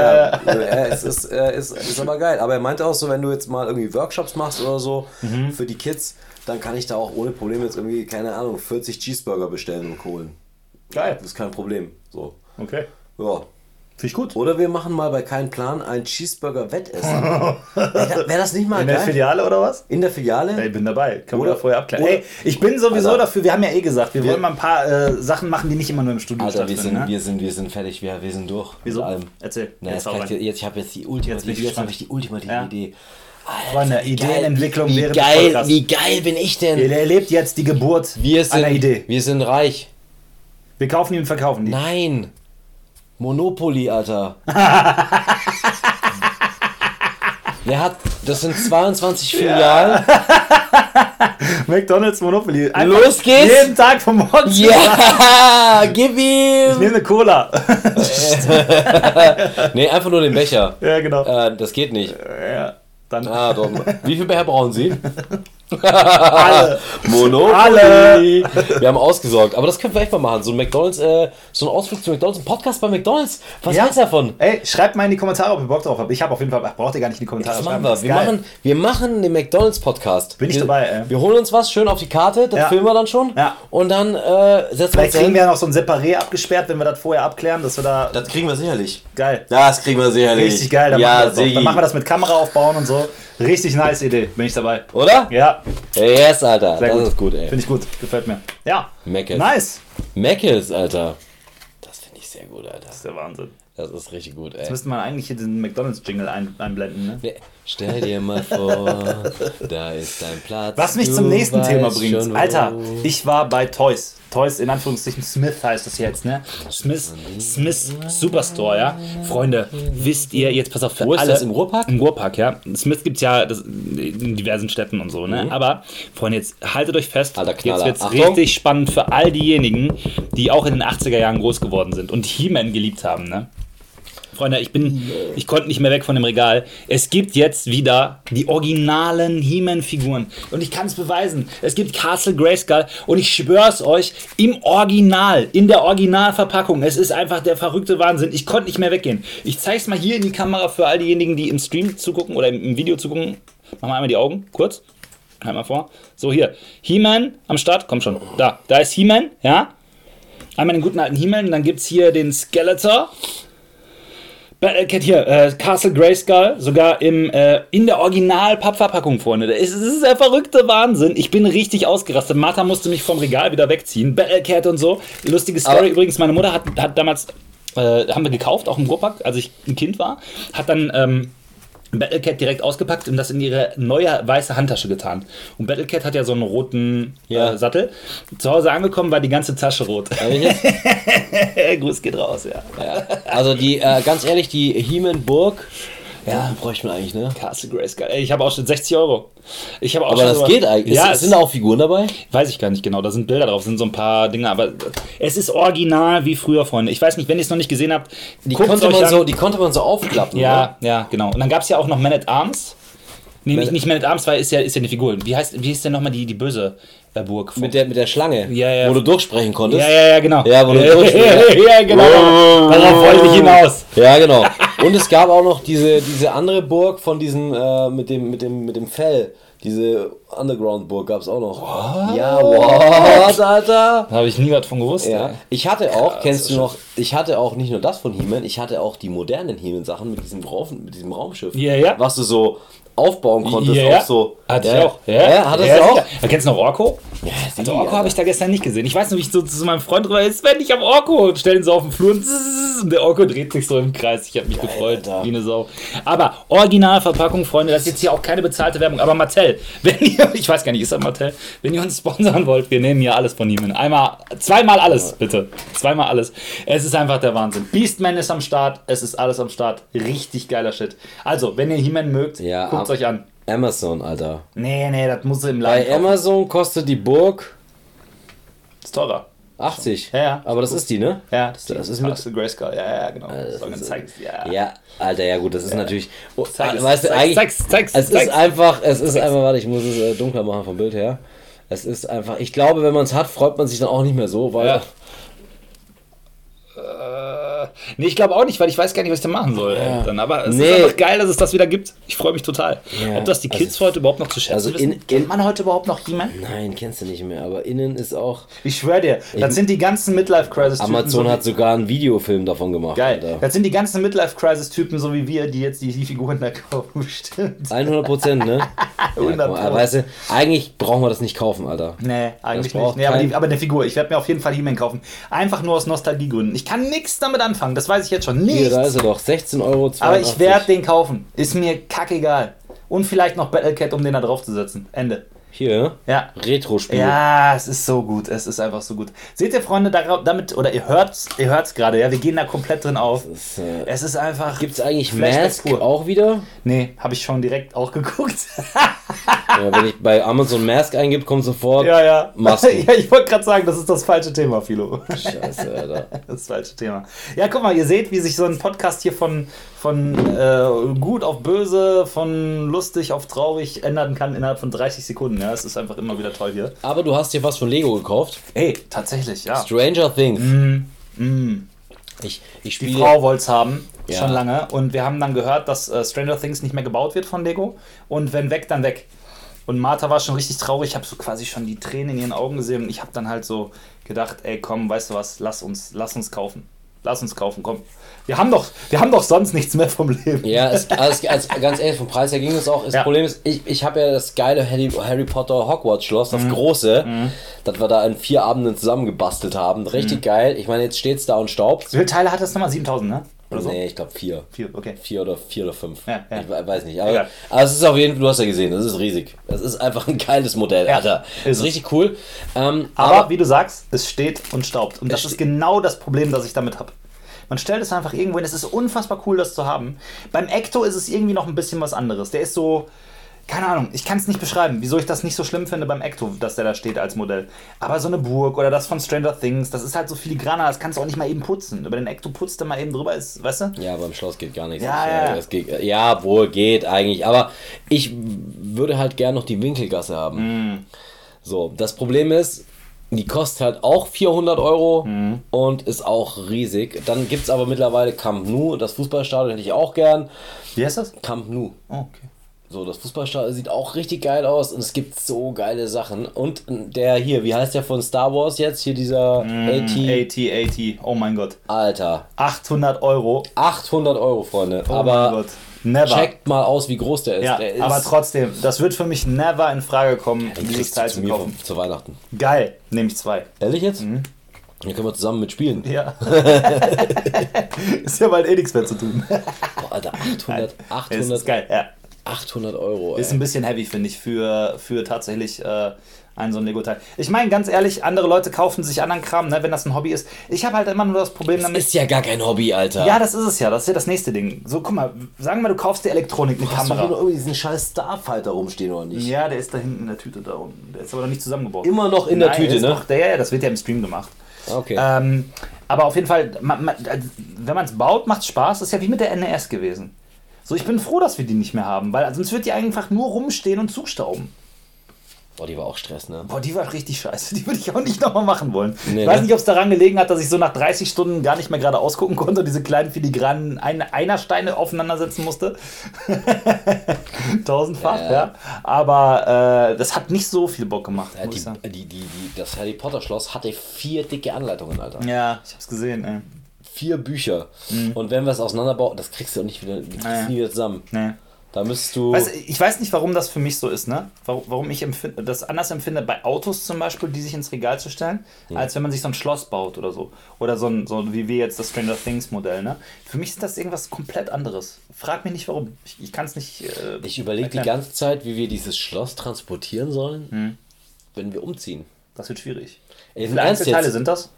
Es ist aber geil. Aber er meinte auch so, wenn du jetzt mal irgendwie Workshops machst oder so für die Kids, dann kann ich da auch ohne Probleme jetzt irgendwie, keine Ahnung, 40 Cheeseburger bestellen und holen. Geil. Das ist kein Problem. So. Okay. Ja. Finde ich gut. Oder wir machen mal bei Kein Plan ein Cheeseburger-Wettessen. Wäre das nicht mal In geil? der Filiale oder was? In der Filiale? Ja, ich bin dabei. Können wir Oder- da vorher abklären. oder- Ey, ich bin sowieso Alter. dafür, wir haben ja gesagt, wir wollen mal ein paar Sachen machen, die nicht immer nur im Studio Alter, stattfinden. Ne? wir sind fertig, wir sind durch. Wieso? Mit allem. Erzähl. Na, Jetzt hau rein. ich habe jetzt die ultimative, bin ich gespannt. ultimative Idee. Alter, Freunde, wie geil- Ideenentwicklung wie während des geil, Podcasts. wie geil bin ich denn? Er erlebt jetzt die Geburt einer Idee. Wir sind reich. Wir kaufen die und verkaufen die. Nein. Monopoly, Alter. Das sind 22 Filialen. McDonald's Monopoly. Los geht's. Jeden Tag vom Morgen. Ja, gib Ich ihm. nehme eine Cola. Nee, einfach nur den Becher. Ja, genau. Das geht nicht. Ja, dann Doch. Wie viele Becher brauchen Sie? alle. Monopoly. Alle. Wir haben ausgesorgt. Aber das können wir echt mal machen. So ein McDonald's, so ein Ausflug zu McDonald's, ein Podcast bei McDonald's. Was hältst du davon? Ey, schreibt mal in die Kommentare, ob ihr Bock drauf habt. Ich habe auf jeden Fall, braucht ihr gar nicht in die Kommentare Das machen schreiben. wir. Das ist Wir geil. machen den McDonald's-Podcast. Bin ich dabei, ey. Wir holen uns was schön auf die Karte, das Ja. filmen wir dann schon. Ja. Und dann setzen wir Vielleicht uns kriegen hin. wir ja noch so ein Separé abgesperrt, wenn wir das vorher abklären, dass wir da... Das kriegen wir sicherlich. Geil. Das kriegen wir sicherlich. Richtig geil, dann, Ja, machen wir das doch. Sigi. Dann machen wir das mit Kamera aufbauen und so. Richtig nice Idee, bin ich dabei. Oder? Ja, Yes, Alter. sehr das gut. ist gut, ey. Finde ich gut, gefällt mir. Ja, Mc's. nice. Mc's, Alter. Das finde ich sehr gut, Alter. Das ist der Wahnsinn. Das ist richtig gut, ey. Jetzt müsste man eigentlich hier den McDonalds-Jingle einblenden, ne? Nee, stell dir mal vor, da ist dein Platz. Was mich du zum nächsten Thema weißt bringt. schon, wo. Alter, ich war bei Toys. Toys in Anführungszeichen Smith heißt das jetzt, ne? Smith Superstore, ja? Freunde, wisst ihr, jetzt pass auf für Wo ist alle. das, im Ruhrpark? Im Ruhrpark, ja. Smith gibt's ja in diversen Städten und so, ne? Aber, Freunde, jetzt haltet euch fest. Alter Knaller. Jetzt wird's Achtung. richtig spannend für all diejenigen, die auch in den 80er Jahren groß geworden sind und He-Man geliebt haben, ne? Freunde, ich konnte nicht mehr weg von dem Regal. Es gibt jetzt wieder die originalen He-Man-Figuren. Und ich kann es beweisen. Es gibt Castle Grayskull und ich schwör's euch, im Original, in der Originalverpackung. Es ist einfach der verrückte Wahnsinn. Ich konnte nicht mehr weggehen. Ich zeig's mal hier in die Kamera für all diejenigen, die im Stream zugucken oder im Video zugucken. Machen wir einmal die Augen, kurz. Halt mal vor. So, hier. He-Man am Start. Komm schon. Da ist He-Man, ja. Einmal den guten alten He-Man. Dann gibt's hier den Skeletor. Battlecat hier, Castle Grayskull, sogar in der Original-Pappverpackung, Freunde. Es ist der verrückte Wahnsinn. Ich bin richtig ausgerastet. Martha musste mich vom Regal wieder wegziehen. Battlecat und so. Lustige Story Aber übrigens. Meine Mutter hat damals, haben wir gekauft, auch im Ruhrpark, als ich ein Kind war, hat dann Battlecat direkt ausgepackt und das in ihre neue weiße Handtasche getan. Und Battlecat hat ja so einen roten Sattel. Zu Hause angekommen war die ganze Tasche rot. Gruß geht raus, ja. Also die, ganz ehrlich, die He-Man-Burg, ja, bräuchte man eigentlich, ne? Castle Grayskull. Ey, ich habe auch schon 60 €. Ich habe auch Aber schon das sowas- geht eigentlich. Ja, Sind da auch Figuren dabei? weiß ich gar nicht genau. Da sind Bilder drauf, sind so ein paar Dinge, aber es ist original wie früher, Freunde. Ich weiß nicht, wenn ihr es noch nicht gesehen habt, Die guckt's konnte euch an. die konnte man so aufklappen, Ja, genau. Und dann gab es ja auch noch Man at Arms. Nee, nicht Man at Arms 2 ist ja eine Figur. Wie hieß denn nochmal die böse Burg? Mit der Schlange, ja. Wo du durchsprechen konntest. Ja, genau. Ja, wo du durchsprechen. Ja, genau. Darauf wollte ich hinaus. Ja, genau. Und es gab auch noch diese andere Burg von diesen, mit dem Fell. Diese Underground-Burg gab es auch noch. What? Ja, what, Alter? Da habe ich nie was von gewusst. Ja. Ich hatte auch, kennst du noch, ich hatte auch nicht nur das von He-Man, ich hatte auch die modernen He-Man-Sachen mit diesem Raumschiff. Ja. Was du so aufbauen konntest, Ja. auch so. Hatte ich auch. Ja, hattest du auch? Kennst du noch Orko? Ja, Also Orko habe ich da gestern nicht gesehen. Ich weiß nur, wie ich so zu meinem Freund drüber ist, wenn ich am Orko und stellen so auf den Flur und der Orko dreht sich so im Kreis. Ich habe mich gefreut, Alter. wie eine Sau. Aber Originalverpackung, Freunde, das ist jetzt hier auch keine bezahlte Werbung. Aber Mattel, wenn ihr, ich weiß gar nicht, ist das Mattel? Wenn ihr uns sponsern wollt, wir nehmen hier alles von ihm. Zweimal alles, bitte. Zweimal alles. Es ist einfach der Wahnsinn. Beastman ist am Start, es ist alles am Start. Richtig geiler Shit. Also, wenn ihr He-Man mögt, guckt es euch an. Amazon, Alter. Nee, das muss im Laden Bei Amazon kostet die Burg ist teurer. 80. Ja. Aber das ist die, ne? Ja, das ist mit Grayscale. Ja, genau. Ja, Alter, ja gut, das ist natürlich. Zeig's, es ist einfach, warte, ich muss es dunkler machen vom Bild her. Es ist einfach, ich glaube, wenn man es hat, freut man sich dann auch nicht mehr so, weil. Ja. Nee, ich glaube auch nicht, weil ich weiß gar nicht, was ich da machen soll. Ja. Aber es ist einfach geil, dass es das wieder gibt. Ich freue mich total. Ja. Ob das die Kids heute überhaupt noch zu schätzen wissen. Kennt man heute überhaupt noch He-Man? Nein, kennst du nicht mehr, aber innen ist auch... Ich schwöre dir, das sind die ganzen Midlife-Crisis-Typen. Amazon hat sogar einen Videofilm davon gemacht. Geil. Alter. Das sind die ganzen Midlife-Crisis-Typen, so wie wir, die jetzt die Figuren da kaufen, bestimmt. 100%, ne? 100%. Ja, weißt du, eigentlich brauchen wir das nicht kaufen, Alter. Nee, eigentlich nicht. Nee, aber eine Figur. Ich werde mir auf jeden Fall He-Man kaufen. Einfach nur aus Nostalgiegründen. Ich kann nichts damit anfangen, das weiß ich jetzt schon. Nichts. Hier, da ist er doch. 16,82 €. Aber ich werde den kaufen. Ist mir kackegal. Und vielleicht noch Battlecat, um den da drauf zu setzen. Ende. Hier, ja. Retro-Spiel. Ja, es ist so gut. Es ist einfach so gut. Seht ihr, Freunde, damit, oder ihr hört's gerade, ja, wir gehen da komplett drin auf. Es ist einfach. Gibt's eigentlich Mask auch wieder? Nee, habe ich schon direkt auch geguckt. Ja, wenn ich bei Amazon Mask eingebe, kommt sofort Masken. Ja, ich wollte gerade sagen, das ist das falsche Thema, Philo. Scheiße, Alter. Das falsche Thema. Ja, guck mal, ihr seht, wie sich so ein Podcast hier von gut auf böse, von lustig auf traurig ändern kann innerhalb von 30 Sekunden. Ja, es ist einfach immer wieder toll hier. Aber du hast dir was von Lego gekauft. Ey, tatsächlich, ja. Stranger Things. Ich spiele. Die Frau wollte es haben, schon lange. Und wir haben dann gehört, dass Stranger Things nicht mehr gebaut wird von Lego. Und wenn weg, dann weg. Und Martha war schon richtig traurig. Ich habe so quasi schon die Tränen in ihren Augen gesehen. Und ich habe dann halt so gedacht, ey, komm, weißt du was, lass uns kaufen. Lass uns kaufen, komm. Wir haben doch sonst nichts mehr vom Leben. Ja, ganz ehrlich, vom Preis her ging es auch. Das Problem ist, ich habe ja das geile Harry Potter Hogwarts Schloss, das große, das wir da in 4 Abenden zusammengebastelt haben. Richtig geil. Ich meine, jetzt steht's da und staubt. Wie viele Teile hat das nochmal? 7000, ne? Oder so? Nee, ich glaube 4. 4, okay. 4 oder 5. Ja. Ich weiß nicht. Aber es ist auf jeden Fall, du hast ja gesehen, das ist riesig. Das ist einfach ein geiles Modell, Alter. Das ist richtig cool. Aber wie du sagst, es steht und staubt. Und das ist genau das Problem, das ich damit habe. Man stellt es einfach irgendwo hin. Es ist unfassbar cool, das zu haben. Beim Ecto ist es irgendwie noch ein bisschen was anderes. Der ist so, keine Ahnung, ich kann es nicht beschreiben, wieso ich das nicht so schlimm finde beim Ecto, dass der da steht als Modell. Aber so eine Burg oder das von Stranger Things, das ist halt so filigraner, das kannst du auch nicht mal eben putzen. Über den Ecto putzt du mal eben drüber, ist, weißt du? Ja, beim Schloss geht gar nichts. Ja. Es geht, ja, wohl geht eigentlich. Aber ich würde halt gern noch die Winkelgasse haben. So, das Problem ist, die kostet halt auch 400 € und ist auch riesig. Dann gibt es aber mittlerweile Camp Nou, das Fußballstadion hätte ich auch gern. Wie heißt das? Camp Nou. Oh, okay. So, das Fußballstadion sieht auch richtig geil aus und es gibt so geile Sachen. Und der hier, wie heißt der von Star Wars jetzt? Hier dieser AT, oh mein Gott. Alter. 800 €. 800 €, Freunde. Oh aber mein Gott. Never. Checkt mal aus, wie groß der ist. Ja, der ist aber trotzdem, das wird für mich never in Frage kommen, dieses Teil zu kaufen. Zu Weihnachten. Geil, nehme ich 2. Ehrlich jetzt? Dann können wir zusammen mitspielen. Ja. Ist ja bald eh nichts mehr zu tun. Boah, Alter, 800 ist geil, ja. 800 €. Ist ein bisschen heavy, finde ich, für tatsächlich ein so ein Lego-Teil. Ich meine, ganz ehrlich, andere Leute kaufen sich anderen Kram, ne, wenn das ein Hobby ist. Ich habe halt immer nur das Problem damit. Das ist ja gar kein Hobby, Alter. Ja, das ist es ja. Das ist ja das nächste Ding. So, guck mal, sagen wir mal, du kaufst dir Elektronik, eine Kamera. Hast du irgendwie diesen scheiß Starfighter rumstehen oder nicht? Ja, der ist da hinten in der Tüte da unten. Der ist aber noch nicht zusammengebaut. Immer noch in der Tüte, ne? Doch, ja, das wird ja im Stream gemacht. Okay. Aber auf jeden Fall, wenn man es baut, macht es Spaß. Das ist ja wie mit der NES gewesen. So, ich bin froh, dass wir die nicht mehr haben, weil sonst wird die einfach nur rumstehen und zustauben. Boah, die war auch Stress, ne? Boah, die war richtig scheiße. Die würde ich auch nicht nochmal machen wollen. Nee, ich weiß nicht, ob es daran gelegen hat, dass ich so nach 30 Stunden gar nicht mehr gerade ausgucken konnte und diese kleinen filigranen Einersteine aufeinandersetzen musste. Tausendfach, ja. Aber das hat nicht so viel Bock gemacht, muss ich sagen. Das Harry Potter Schloss hatte 4 dicke Anleitungen, Alter. Ja, ich hab's gesehen, ey. 4 Bücher. Und wenn wir es auseinanderbauen, das kriegst du auch nicht wieder, nie wieder zusammen. Nee. Da müsstest du... Ich weiß nicht, warum das für mich so ist, ne? Warum ich das anders empfinde, bei Autos zum Beispiel, die sich ins Regal zu stellen, als wenn man sich so ein Schloss baut oder so. Oder so wie wir jetzt das Stranger Things Modell, ne? Für mich ist das irgendwas komplett anderes. Frag mich nicht, warum. Ich kann es nicht Ich überlege die ganze Zeit, wie wir dieses Schloss transportieren sollen, wenn wir umziehen. Das wird schwierig. Wie viele Einzelteile sind das?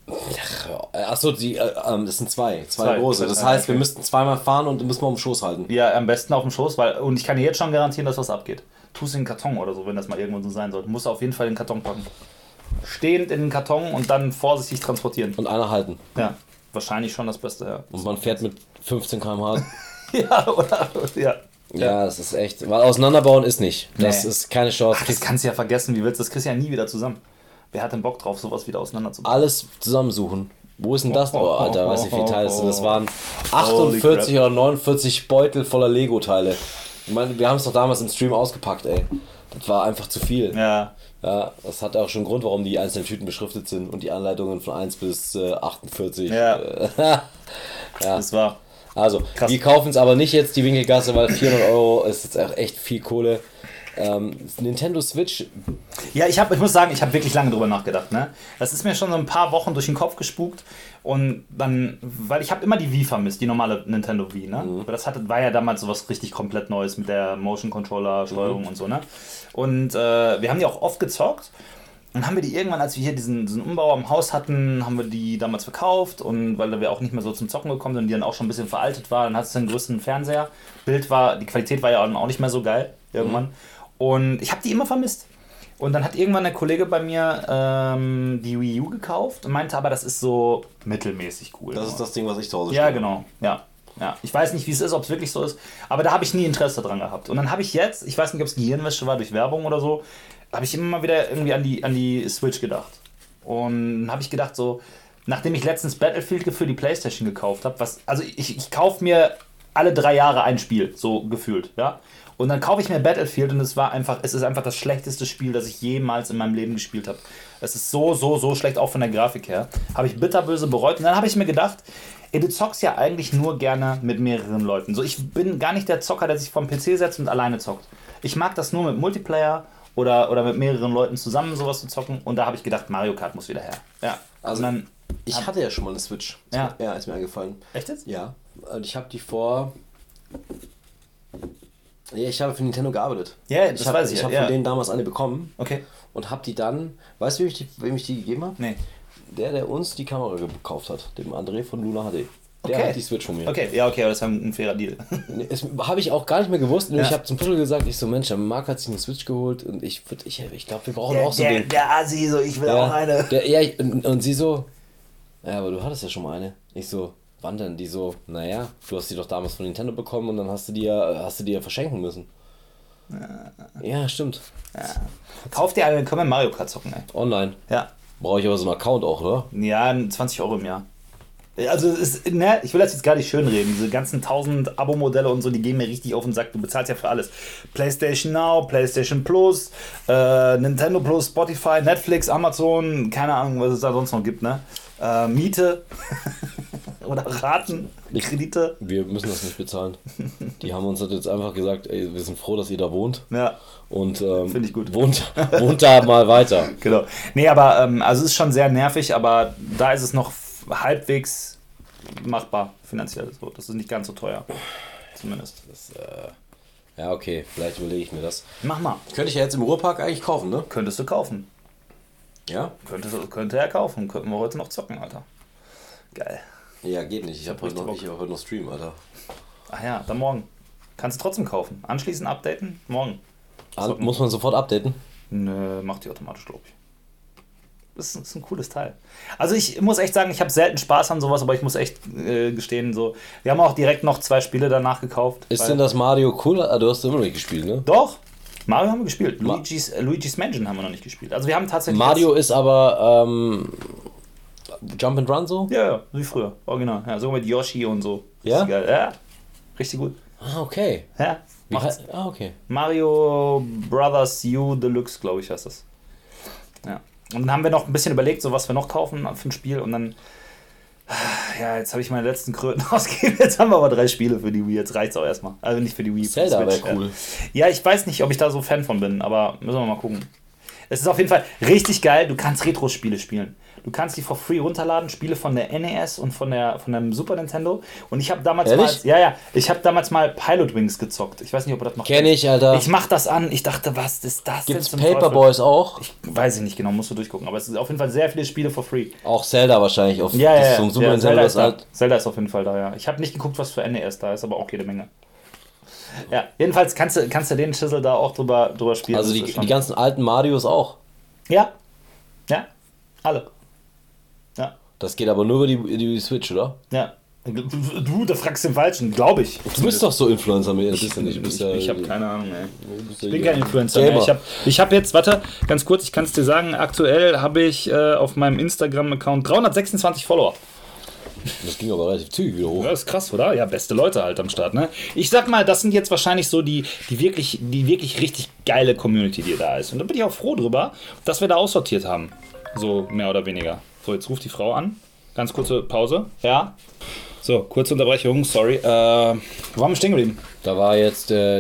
Achso, das sind zwei große. Das heißt, wir müssten zweimal fahren und müssen wir auf dem Schoß halten. Ja, am besten auf dem Schoß, und ich kann dir jetzt schon garantieren, dass was abgeht. Tu es in den Karton oder so, wenn das mal irgendwo so sein sollte. Musst du auf jeden Fall in den Karton packen. Stehend in den Karton und dann vorsichtig transportieren. Und einer halten. Ja, wahrscheinlich schon das Beste, ja. Und man fährt mit 15 km/h. Ja, oder? Ja. Ja, das ist echt. Weil auseinanderbauen ist nicht. Das ist keine Chance. Das kannst du ja vergessen, das kriegst du ja nie wieder zusammen. Wer hat denn Bock drauf, sowas wieder auseinanderzubauen? Alles zusammensuchen. Wo ist denn das? Oh, Alter, weiß nicht, wie viele Teile das sind. Das waren 48 oder 49 Beutel voller Lego-Teile. Ich meine, wir haben es doch damals im Stream ausgepackt, ey. Das war einfach zu viel. Ja. Ja, das hat auch schon einen Grund, warum die einzelnen Tüten beschriftet sind und die Anleitungen von 1 bis 48. Ja. Ja. Das war. Also, krass. Wir kaufen es aber nicht jetzt, die Winkelgasse, weil 400 Euro ist jetzt echt viel Kohle. Nintendo Switch. Ja, ich muss sagen, ich habe wirklich lange drüber nachgedacht. Ne? Das ist mir schon so ein paar Wochen durch den Kopf gespukt. Und dann, weil ich habe immer die Wii vermisst, die normale Nintendo Wii. Ne? Aber das war ja damals sowas richtig komplett Neues mit der Motion Controller Steuerung und so. Ne? Und wir haben die auch oft gezockt. Und haben wir die irgendwann, als wir hier diesen Umbau am Haus hatten, haben wir die damals verkauft. Und weil wir auch nicht mehr so zum Zocken gekommen sind und die dann auch schon ein bisschen veraltet war, dann hattest du den größten Fernseher. Die Qualität war ja auch nicht mehr so geil irgendwann. Und ich habe die immer vermisst. Und dann hat irgendwann der Kollege bei mir die Wii U gekauft und meinte aber, das ist so mittelmäßig cool. Das ist das Ding, was ich zu Hause spiele. Ja, genau. Ja. Ich weiß nicht, wie es ist, ob es wirklich so ist, aber da habe ich nie Interesse dran gehabt. Und dann habe ich jetzt, ich weiß nicht, ob es Gehirnwäsche war durch Werbung oder so, habe ich immer mal wieder irgendwie an die Switch gedacht. Und habe ich gedacht so, nachdem ich letztens Battlefield für die Playstation gekauft habe, also ich kaufe mir alle 3 Jahre ein Spiel, so gefühlt, ja. Und dann kaufe ich mir Battlefield und es ist einfach das schlechteste Spiel, das ich jemals in meinem Leben gespielt habe. Es ist so schlecht, auch von der Grafik her. Habe ich bitterböse bereut. Und dann habe ich mir gedacht, ey, du zockst ja eigentlich nur gerne mit mehreren Leuten. So, ich bin gar nicht der Zocker, der sich vom PC setzt und alleine zockt. Ich mag das nur mit Multiplayer oder mit mehreren Leuten zusammen sowas zu zocken. Und da habe ich gedacht, Mario Kart muss wieder her. Ja. Also dann, ich hatte ja schon mal eine Switch. Ja. Ja, ist mir eingefallen. Echt jetzt? Ja. Und ich habe die Ja, ich habe für Nintendo gearbeitet. Ja, das weiß ich. Ich habe von denen damals eine bekommen. Okay. Und habe die dann, weißt du, wem ich die gegeben habe? Nee. Der uns die Kamera gekauft hat, dem André von Luna HD. Der Okay. hat die Switch von mir. Okay, ja, okay, aber das war ein fairer Deal. Das habe ich auch gar nicht mehr gewusst. Und ich habe zum Puzzle gesagt, Mensch, der Marc hat sich eine Switch geholt und ich glaube, wir brauchen auch so ein Ding. Der Asi, so, ich will auch eine. Und sie so, ja, aber du hattest ja schon mal eine. Ich so, wann denn? Die so, naja, du hast die doch damals von Nintendo bekommen und dann hast du die ja verschenken müssen. Ja, stimmt. Ja. Kauf dir eine, dann können wir Mario Kart zocken, ey. Online. Ja. Brauche ich aber so einen Account auch, oder? Ja, 20 Euro im Jahr. Also, ich will das jetzt gar nicht schönreden. Diese ganzen 1000 Abo-Modelle und so, die gehen mir richtig auf den Sack. Du bezahlst ja für alles. PlayStation Now, PlayStation Plus, Nintendo Plus, Spotify, Netflix, Amazon, keine Ahnung, was es da sonst noch gibt, ne? Miete oder Raten, Kredite. Wir müssen das nicht bezahlen. Die haben uns jetzt einfach gesagt, ey, wir sind froh, dass ihr da wohnt. Ja. Und finde ich gut. Wohnt da mal weiter. Genau. Nee, aber also es ist schon sehr nervig, aber da ist es noch halbwegs machbar finanziell. So. Das ist nicht ganz so teuer. Zumindest. Ja, okay, vielleicht überlege ich mir das. Mach mal. Könnte ich ja jetzt im Ruhrpark eigentlich kaufen, ne? Könntest du kaufen. Ja? Könnte er kaufen. Könnten wir heute noch zocken, Alter. Geil. Ja, geht nicht. Ich habe heute noch Stream, Alter. Ach ja, dann morgen. Kannst du trotzdem kaufen. Anschließend updaten, morgen. Muss man sofort updaten? Nö, macht die automatisch, glaube ich. Das ist ein cooles Teil. Also ich muss echt sagen, ich habe selten Spaß an sowas, aber ich muss echt gestehen, so, wir haben auch direkt noch 2 Spiele danach gekauft. Ist denn das Mario cool? Du hast immer noch nicht gespielt, ne? Doch, Mario haben wir gespielt. Luigi's Mansion haben wir noch nicht gespielt. Also wir haben tatsächlich... Mario ist aber Jump and Run so? Ja, wie früher, original. Ja, sogar mit Yoshi und so. Ja? Geil. Ja, richtig gut. Ah, okay. Ja, okay. Mario Brothers U Deluxe, glaube ich, heißt das. Ja. Und dann haben wir noch ein bisschen überlegt, so was wir noch kaufen für ein Spiel und dann, ja, jetzt habe ich meine letzten Kröten ausgegeben, jetzt haben wir aber 3 Spiele für die Wii, jetzt reicht's auch erstmal. Also nicht für die Wii, Zelda für die Switch. wäre cool. Ja, ich weiß nicht, ob ich da so Fan von bin, aber müssen wir mal gucken. Es ist auf jeden Fall richtig geil, du kannst Retro-Spiele spielen. Du kannst die for free runterladen, Spiele von der NES und von dem Super Nintendo. Und ich habe damals ich habe damals mal Pilot Wings gezockt. Ich weiß nicht, ob du das noch Kenn ich, Alter. Ich mach das an, ich dachte, was ist das Gibt's denn? Gibt's Paperboys auch? Weiß ich nicht genau, musst du durchgucken. Aber es ist auf jeden Fall sehr viele Spiele for free. Auch Zelda wahrscheinlich auf zum Super Nintendo. Zelda ist auf jeden Fall da, ja. Ich habe nicht geguckt, was für NES da ist, aber auch jede Menge. Ja, jedenfalls kannst du den Schissel da auch drüber spielen. Also die ganzen alten Marios auch? Ja, alle. Ja. Das geht aber nur über die Switch, oder? Ja. Du, da fragst den Falschen, glaube ich. Du bist doch so Influencer mit. Ich habe keine Ahnung, ey. Ich bin kein Influencer mehr. Ich habe jetzt, warte, ganz kurz, ich kann es dir sagen, aktuell habe ich auf meinem Instagram-Account 326 Follower. Das ging aber relativ zügig wieder hoch. Ja, das ist krass, oder? Ja, beste Leute halt am Start, ne? Ich sag mal, das sind jetzt wahrscheinlich so die wirklich richtig geile Community, die da ist. Und da bin ich auch froh drüber, dass wir da aussortiert haben. So, mehr oder weniger. So, jetzt ruft die Frau an. Ganz kurze Pause. Ja. So, kurze Unterbrechung, sorry. Wo waren wir stehen geblieben? Da war jetzt der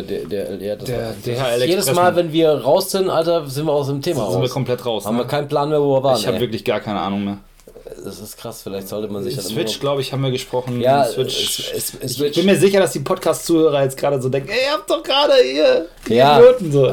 jedes Mal, wenn wir raus sind, Alter, sind wir aus dem Thema raus. Sind wir komplett raus. Haben wir keinen Plan mehr, wo wir waren. Ich habe wirklich gar keine Ahnung mehr. Das ist krass, vielleicht sollte man sich das Switch, glaube ich, haben wir gesprochen. Ja, Switch. Ich bin mir sicher, dass die Podcast-Zuhörer jetzt gerade so denken, ey, ihr habt doch gerade hier Minuten so.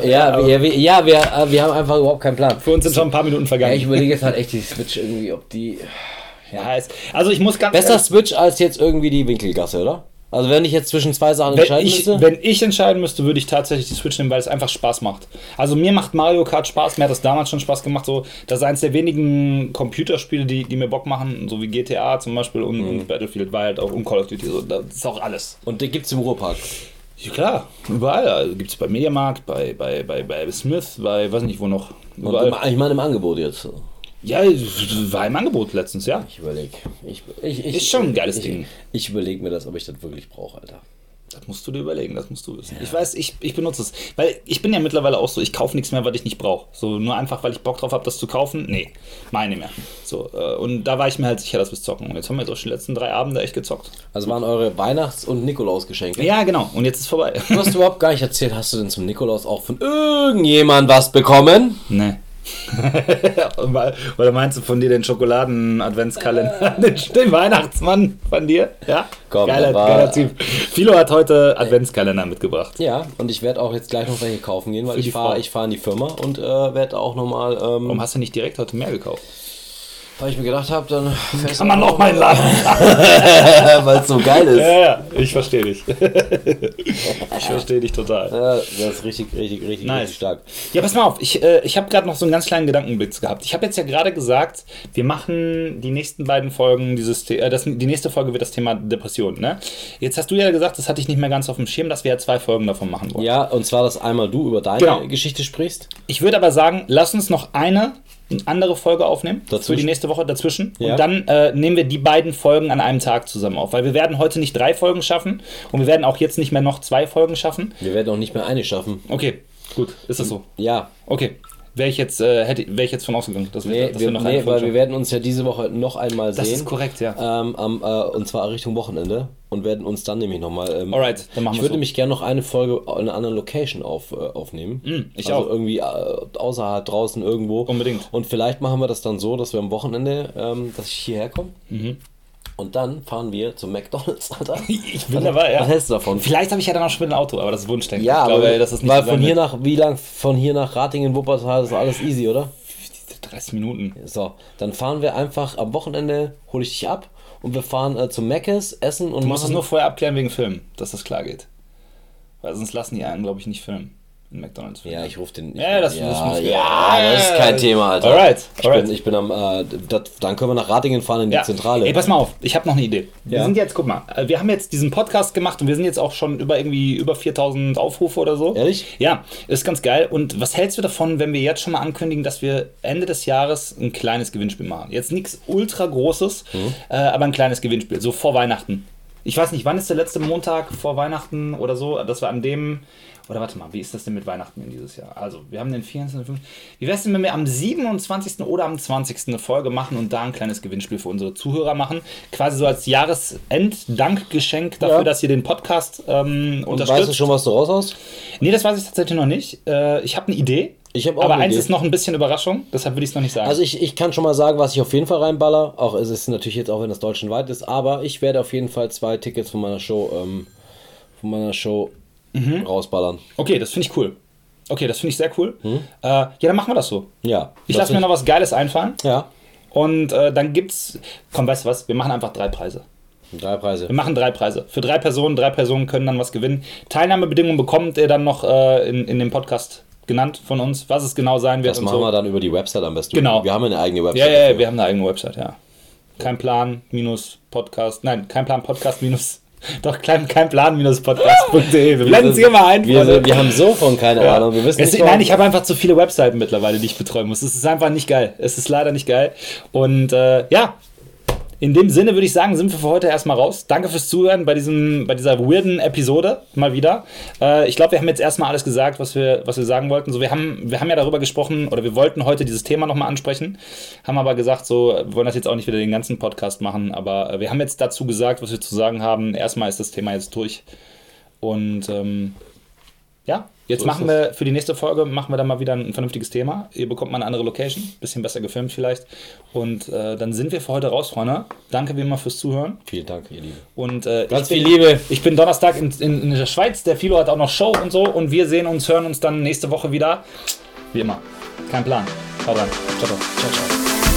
Wir haben einfach überhaupt keinen Plan. Für uns sind schon ein paar Minuten vergangen. Ja, ich überlege jetzt halt echt die Switch irgendwie, ob die... Ja, also ich muss ganz besser Switch als jetzt irgendwie die Winkelgasse, oder? Also wenn ich jetzt zwischen 2 Sachen entscheiden müsste? Wenn ich entscheiden müsste, würde ich tatsächlich die Switch nehmen, weil es einfach Spaß macht. Also mir macht Mario Kart Spaß, mir hat das damals schon Spaß gemacht. So, das ist eines der wenigen Computerspiele, die mir Bock machen, so wie GTA zum Beispiel und Battlefield, weil halt auch und Call of Duty, so, das ist auch alles. Und die gibt es im Ruhrpark? Ja klar, überall. Also gibt es bei Mediamarkt, bei Smith, bei weiß nicht wo noch. Und ich meine im Angebot jetzt. Ja, war im Angebot letztens, ja. Ich überlege. Ist schon ein geiles Ding. Ich überlege mir das, ob ich das wirklich brauche, Alter. Das musst du dir überlegen, das musst du wissen. Ja. Ich weiß, ich benutze es. Weil ich bin ja mittlerweile auch so, ich kaufe nichts mehr, was ich nicht brauche. So nur einfach, weil ich Bock drauf habe, das zu kaufen. Nee, meine mehr. So, und da war ich mir halt sicher, dass wir es zocken. Und jetzt haben wir jetzt auch schon die letzten 3 Abende echt gezockt. Also waren eure Weihnachts- und Nikolausgeschenke? Ja, genau. Und jetzt ist vorbei. Du hast überhaupt gar nicht erzählt, hast du denn zum Nikolaus auch von irgendjemand was bekommen? Nee. Oder meinst du von dir den Schokoladen-Adventskalender? Den Weihnachtsmann von dir? Ja? Komm, geiler Typ. Philo hat heute Adventskalender mitgebracht. Ja, und ich werde auch jetzt gleich noch welche kaufen gehen, weil ich fahr in die Firma und werde auch nochmal... Warum hast du nicht direkt heute mehr gekauft? Weil ich mir gedacht habe, dann... Kann man noch meinen Laden weil es so geil ist. Ja, ich verstehe dich. Ich verstehe dich total. Ja, das ist richtig stark. Ja, pass mal auf, ich habe gerade noch so einen ganz kleinen Gedankenblitz gehabt. Ich habe jetzt ja gerade gesagt, wir machen die nächsten beiden Folgen, die nächste Folge wird das Thema Depression, ne? Jetzt hast du ja gesagt, das hatte ich nicht mehr ganz auf dem Schirm, dass wir ja 2 Folgen davon machen wollen. Ja, und zwar, dass einmal du über deine Geschichte sprichst. Ich würde aber sagen, lass uns noch eine andere Folge aufnehmen, für die nächste Woche dazwischen. Ja. Und dann nehmen wir die beiden Folgen an einem Tag zusammen auf. Weil wir werden heute nicht 3 Folgen schaffen und wir werden auch jetzt nicht mehr noch 2 Folgen schaffen. Wir werden auch nicht mehr eine schaffen. Okay, gut. Ist das so? Ja. Okay. Wäre ich jetzt von ausgegangen? Weil wir werden uns ja diese Woche noch einmal sehen. Das ist korrekt, ja. Und zwar Richtung Wochenende. Und werden uns dann nämlich nochmal... Alright, dann machen wir Ich würde nämlich gerne noch eine Folge in einer anderen Location aufnehmen. Ich auch. Irgendwie außerhalb draußen irgendwo. Unbedingt. Und vielleicht machen wir das dann so, dass wir am Wochenende, dass ich hierher komme. Und dann fahren wir zum McDonald's, Alter. Ich bin dabei, ja. Was hältst du davon? Vielleicht habe ich ja dann auch schon ein Auto, aber das ist Wunschdenken. Ja, ich glaube, das ist nicht weil von hier nach Ratingen, Wuppertal, ist alles easy, oder? 30 Minuten. So, dann fahren wir einfach am Wochenende, hole ich dich ab und wir fahren zum Mc's, essen und Du musst es nur vorher abklären wegen Film, dass das klar geht. Weil sonst lassen die einen, glaube ich, nicht filmen. in McDonald's. Ja, ich rufe den. Das ist kein Thema, Alter. Alright. Ich bin am. Dann können wir nach Ratingen fahren in die Zentrale. Ey, pass mal auf, ich habe noch eine Idee. Wir sind jetzt, guck mal, wir haben jetzt diesen Podcast gemacht und wir sind jetzt auch schon über 4.000 Aufrufe oder so. Ehrlich? Ja, ist ganz geil. Und was hältst du davon, wenn wir jetzt schon mal ankündigen, dass wir Ende des Jahres ein kleines Gewinnspiel machen? Jetzt nichts ultra Großes, aber ein kleines Gewinnspiel, so vor Weihnachten. Ich weiß nicht, wann ist der letzte Montag vor Weihnachten oder so? Das war an dem... Oder warte mal, wie ist das denn mit Weihnachten in dieses Jahr? Also, wir haben den 24. Wie wäre es denn, wenn wir am 27. oder am 20. eine Folge machen und da ein kleines Gewinnspiel für unsere Zuhörer machen? Quasi so als Jahresend-Dankgeschenk dafür, dass ihr den Podcast unterstützt. Weißt du schon, was du raus hast? Nee, das weiß ich tatsächlich noch nicht. Ich habe eine Idee. Aber eins ist noch ein bisschen Überraschung, deshalb würde ich es noch nicht sagen. Also ich kann schon mal sagen, was ich auf jeden Fall reinballer. Auch es ist natürlich jetzt auch, wenn das deutschlandweit ist, aber ich werde auf jeden Fall 2 Tickets von meiner Show rausballern. Okay, das finde ich cool. Okay, das finde ich sehr cool. Dann machen wir das so. Ja. Ich lasse mir noch was Geiles einfallen. Ja. Und dann gibt's... Komm, weißt du was? Wir machen einfach 3 Preise. 3 Preise. Wir machen 3 Preise. Für 3 Personen. 3 Personen können dann was gewinnen. Teilnahmebedingungen bekommt ihr dann noch in dem Podcast genannt von uns, was es genau sein wird. Das machen wir dann über die Website am besten. Genau. Wir haben eine eigene Website. Ja, wir haben eine eigene Website, ja. Kein Plan Podcast.de. Wir blenden es hier mal ein. Wir haben so von keine Ahnung. Wir wissen Nein, ich habe einfach zu viele Webseiten mittlerweile, die ich betreuen muss. Es ist einfach nicht geil. Es ist leider nicht geil. Und in dem Sinne würde ich sagen, sind wir für heute erstmal raus. Danke fürs Zuhören bei dieser weirden Episode mal wieder. Ich glaube, wir haben jetzt erstmal alles gesagt, was wir sagen wollten. So, wir haben ja darüber gesprochen, oder wir wollten heute dieses Thema nochmal ansprechen, haben aber gesagt, so, wir wollen das jetzt auch nicht wieder den ganzen Podcast machen, aber wir haben jetzt dazu gesagt, was wir zu sagen haben. Erstmal ist das Thema jetzt durch. Und jetzt machen wir für die nächste Folge dann mal wieder ein vernünftiges Thema. Ihr bekommt mal eine andere Location, bisschen besser gefilmt vielleicht. Und dann sind wir für heute raus, Freunde. Danke wie immer fürs Zuhören. Vielen Dank, ihr Lieben. Und ganz viel Liebe. Ich bin Donnerstag in der Schweiz. Der Philo hat auch noch Show und so. Und wir hören uns dann nächste Woche wieder. Wie immer. Kein Plan. Haut rein. Ciao, ciao. Ciao, ciao.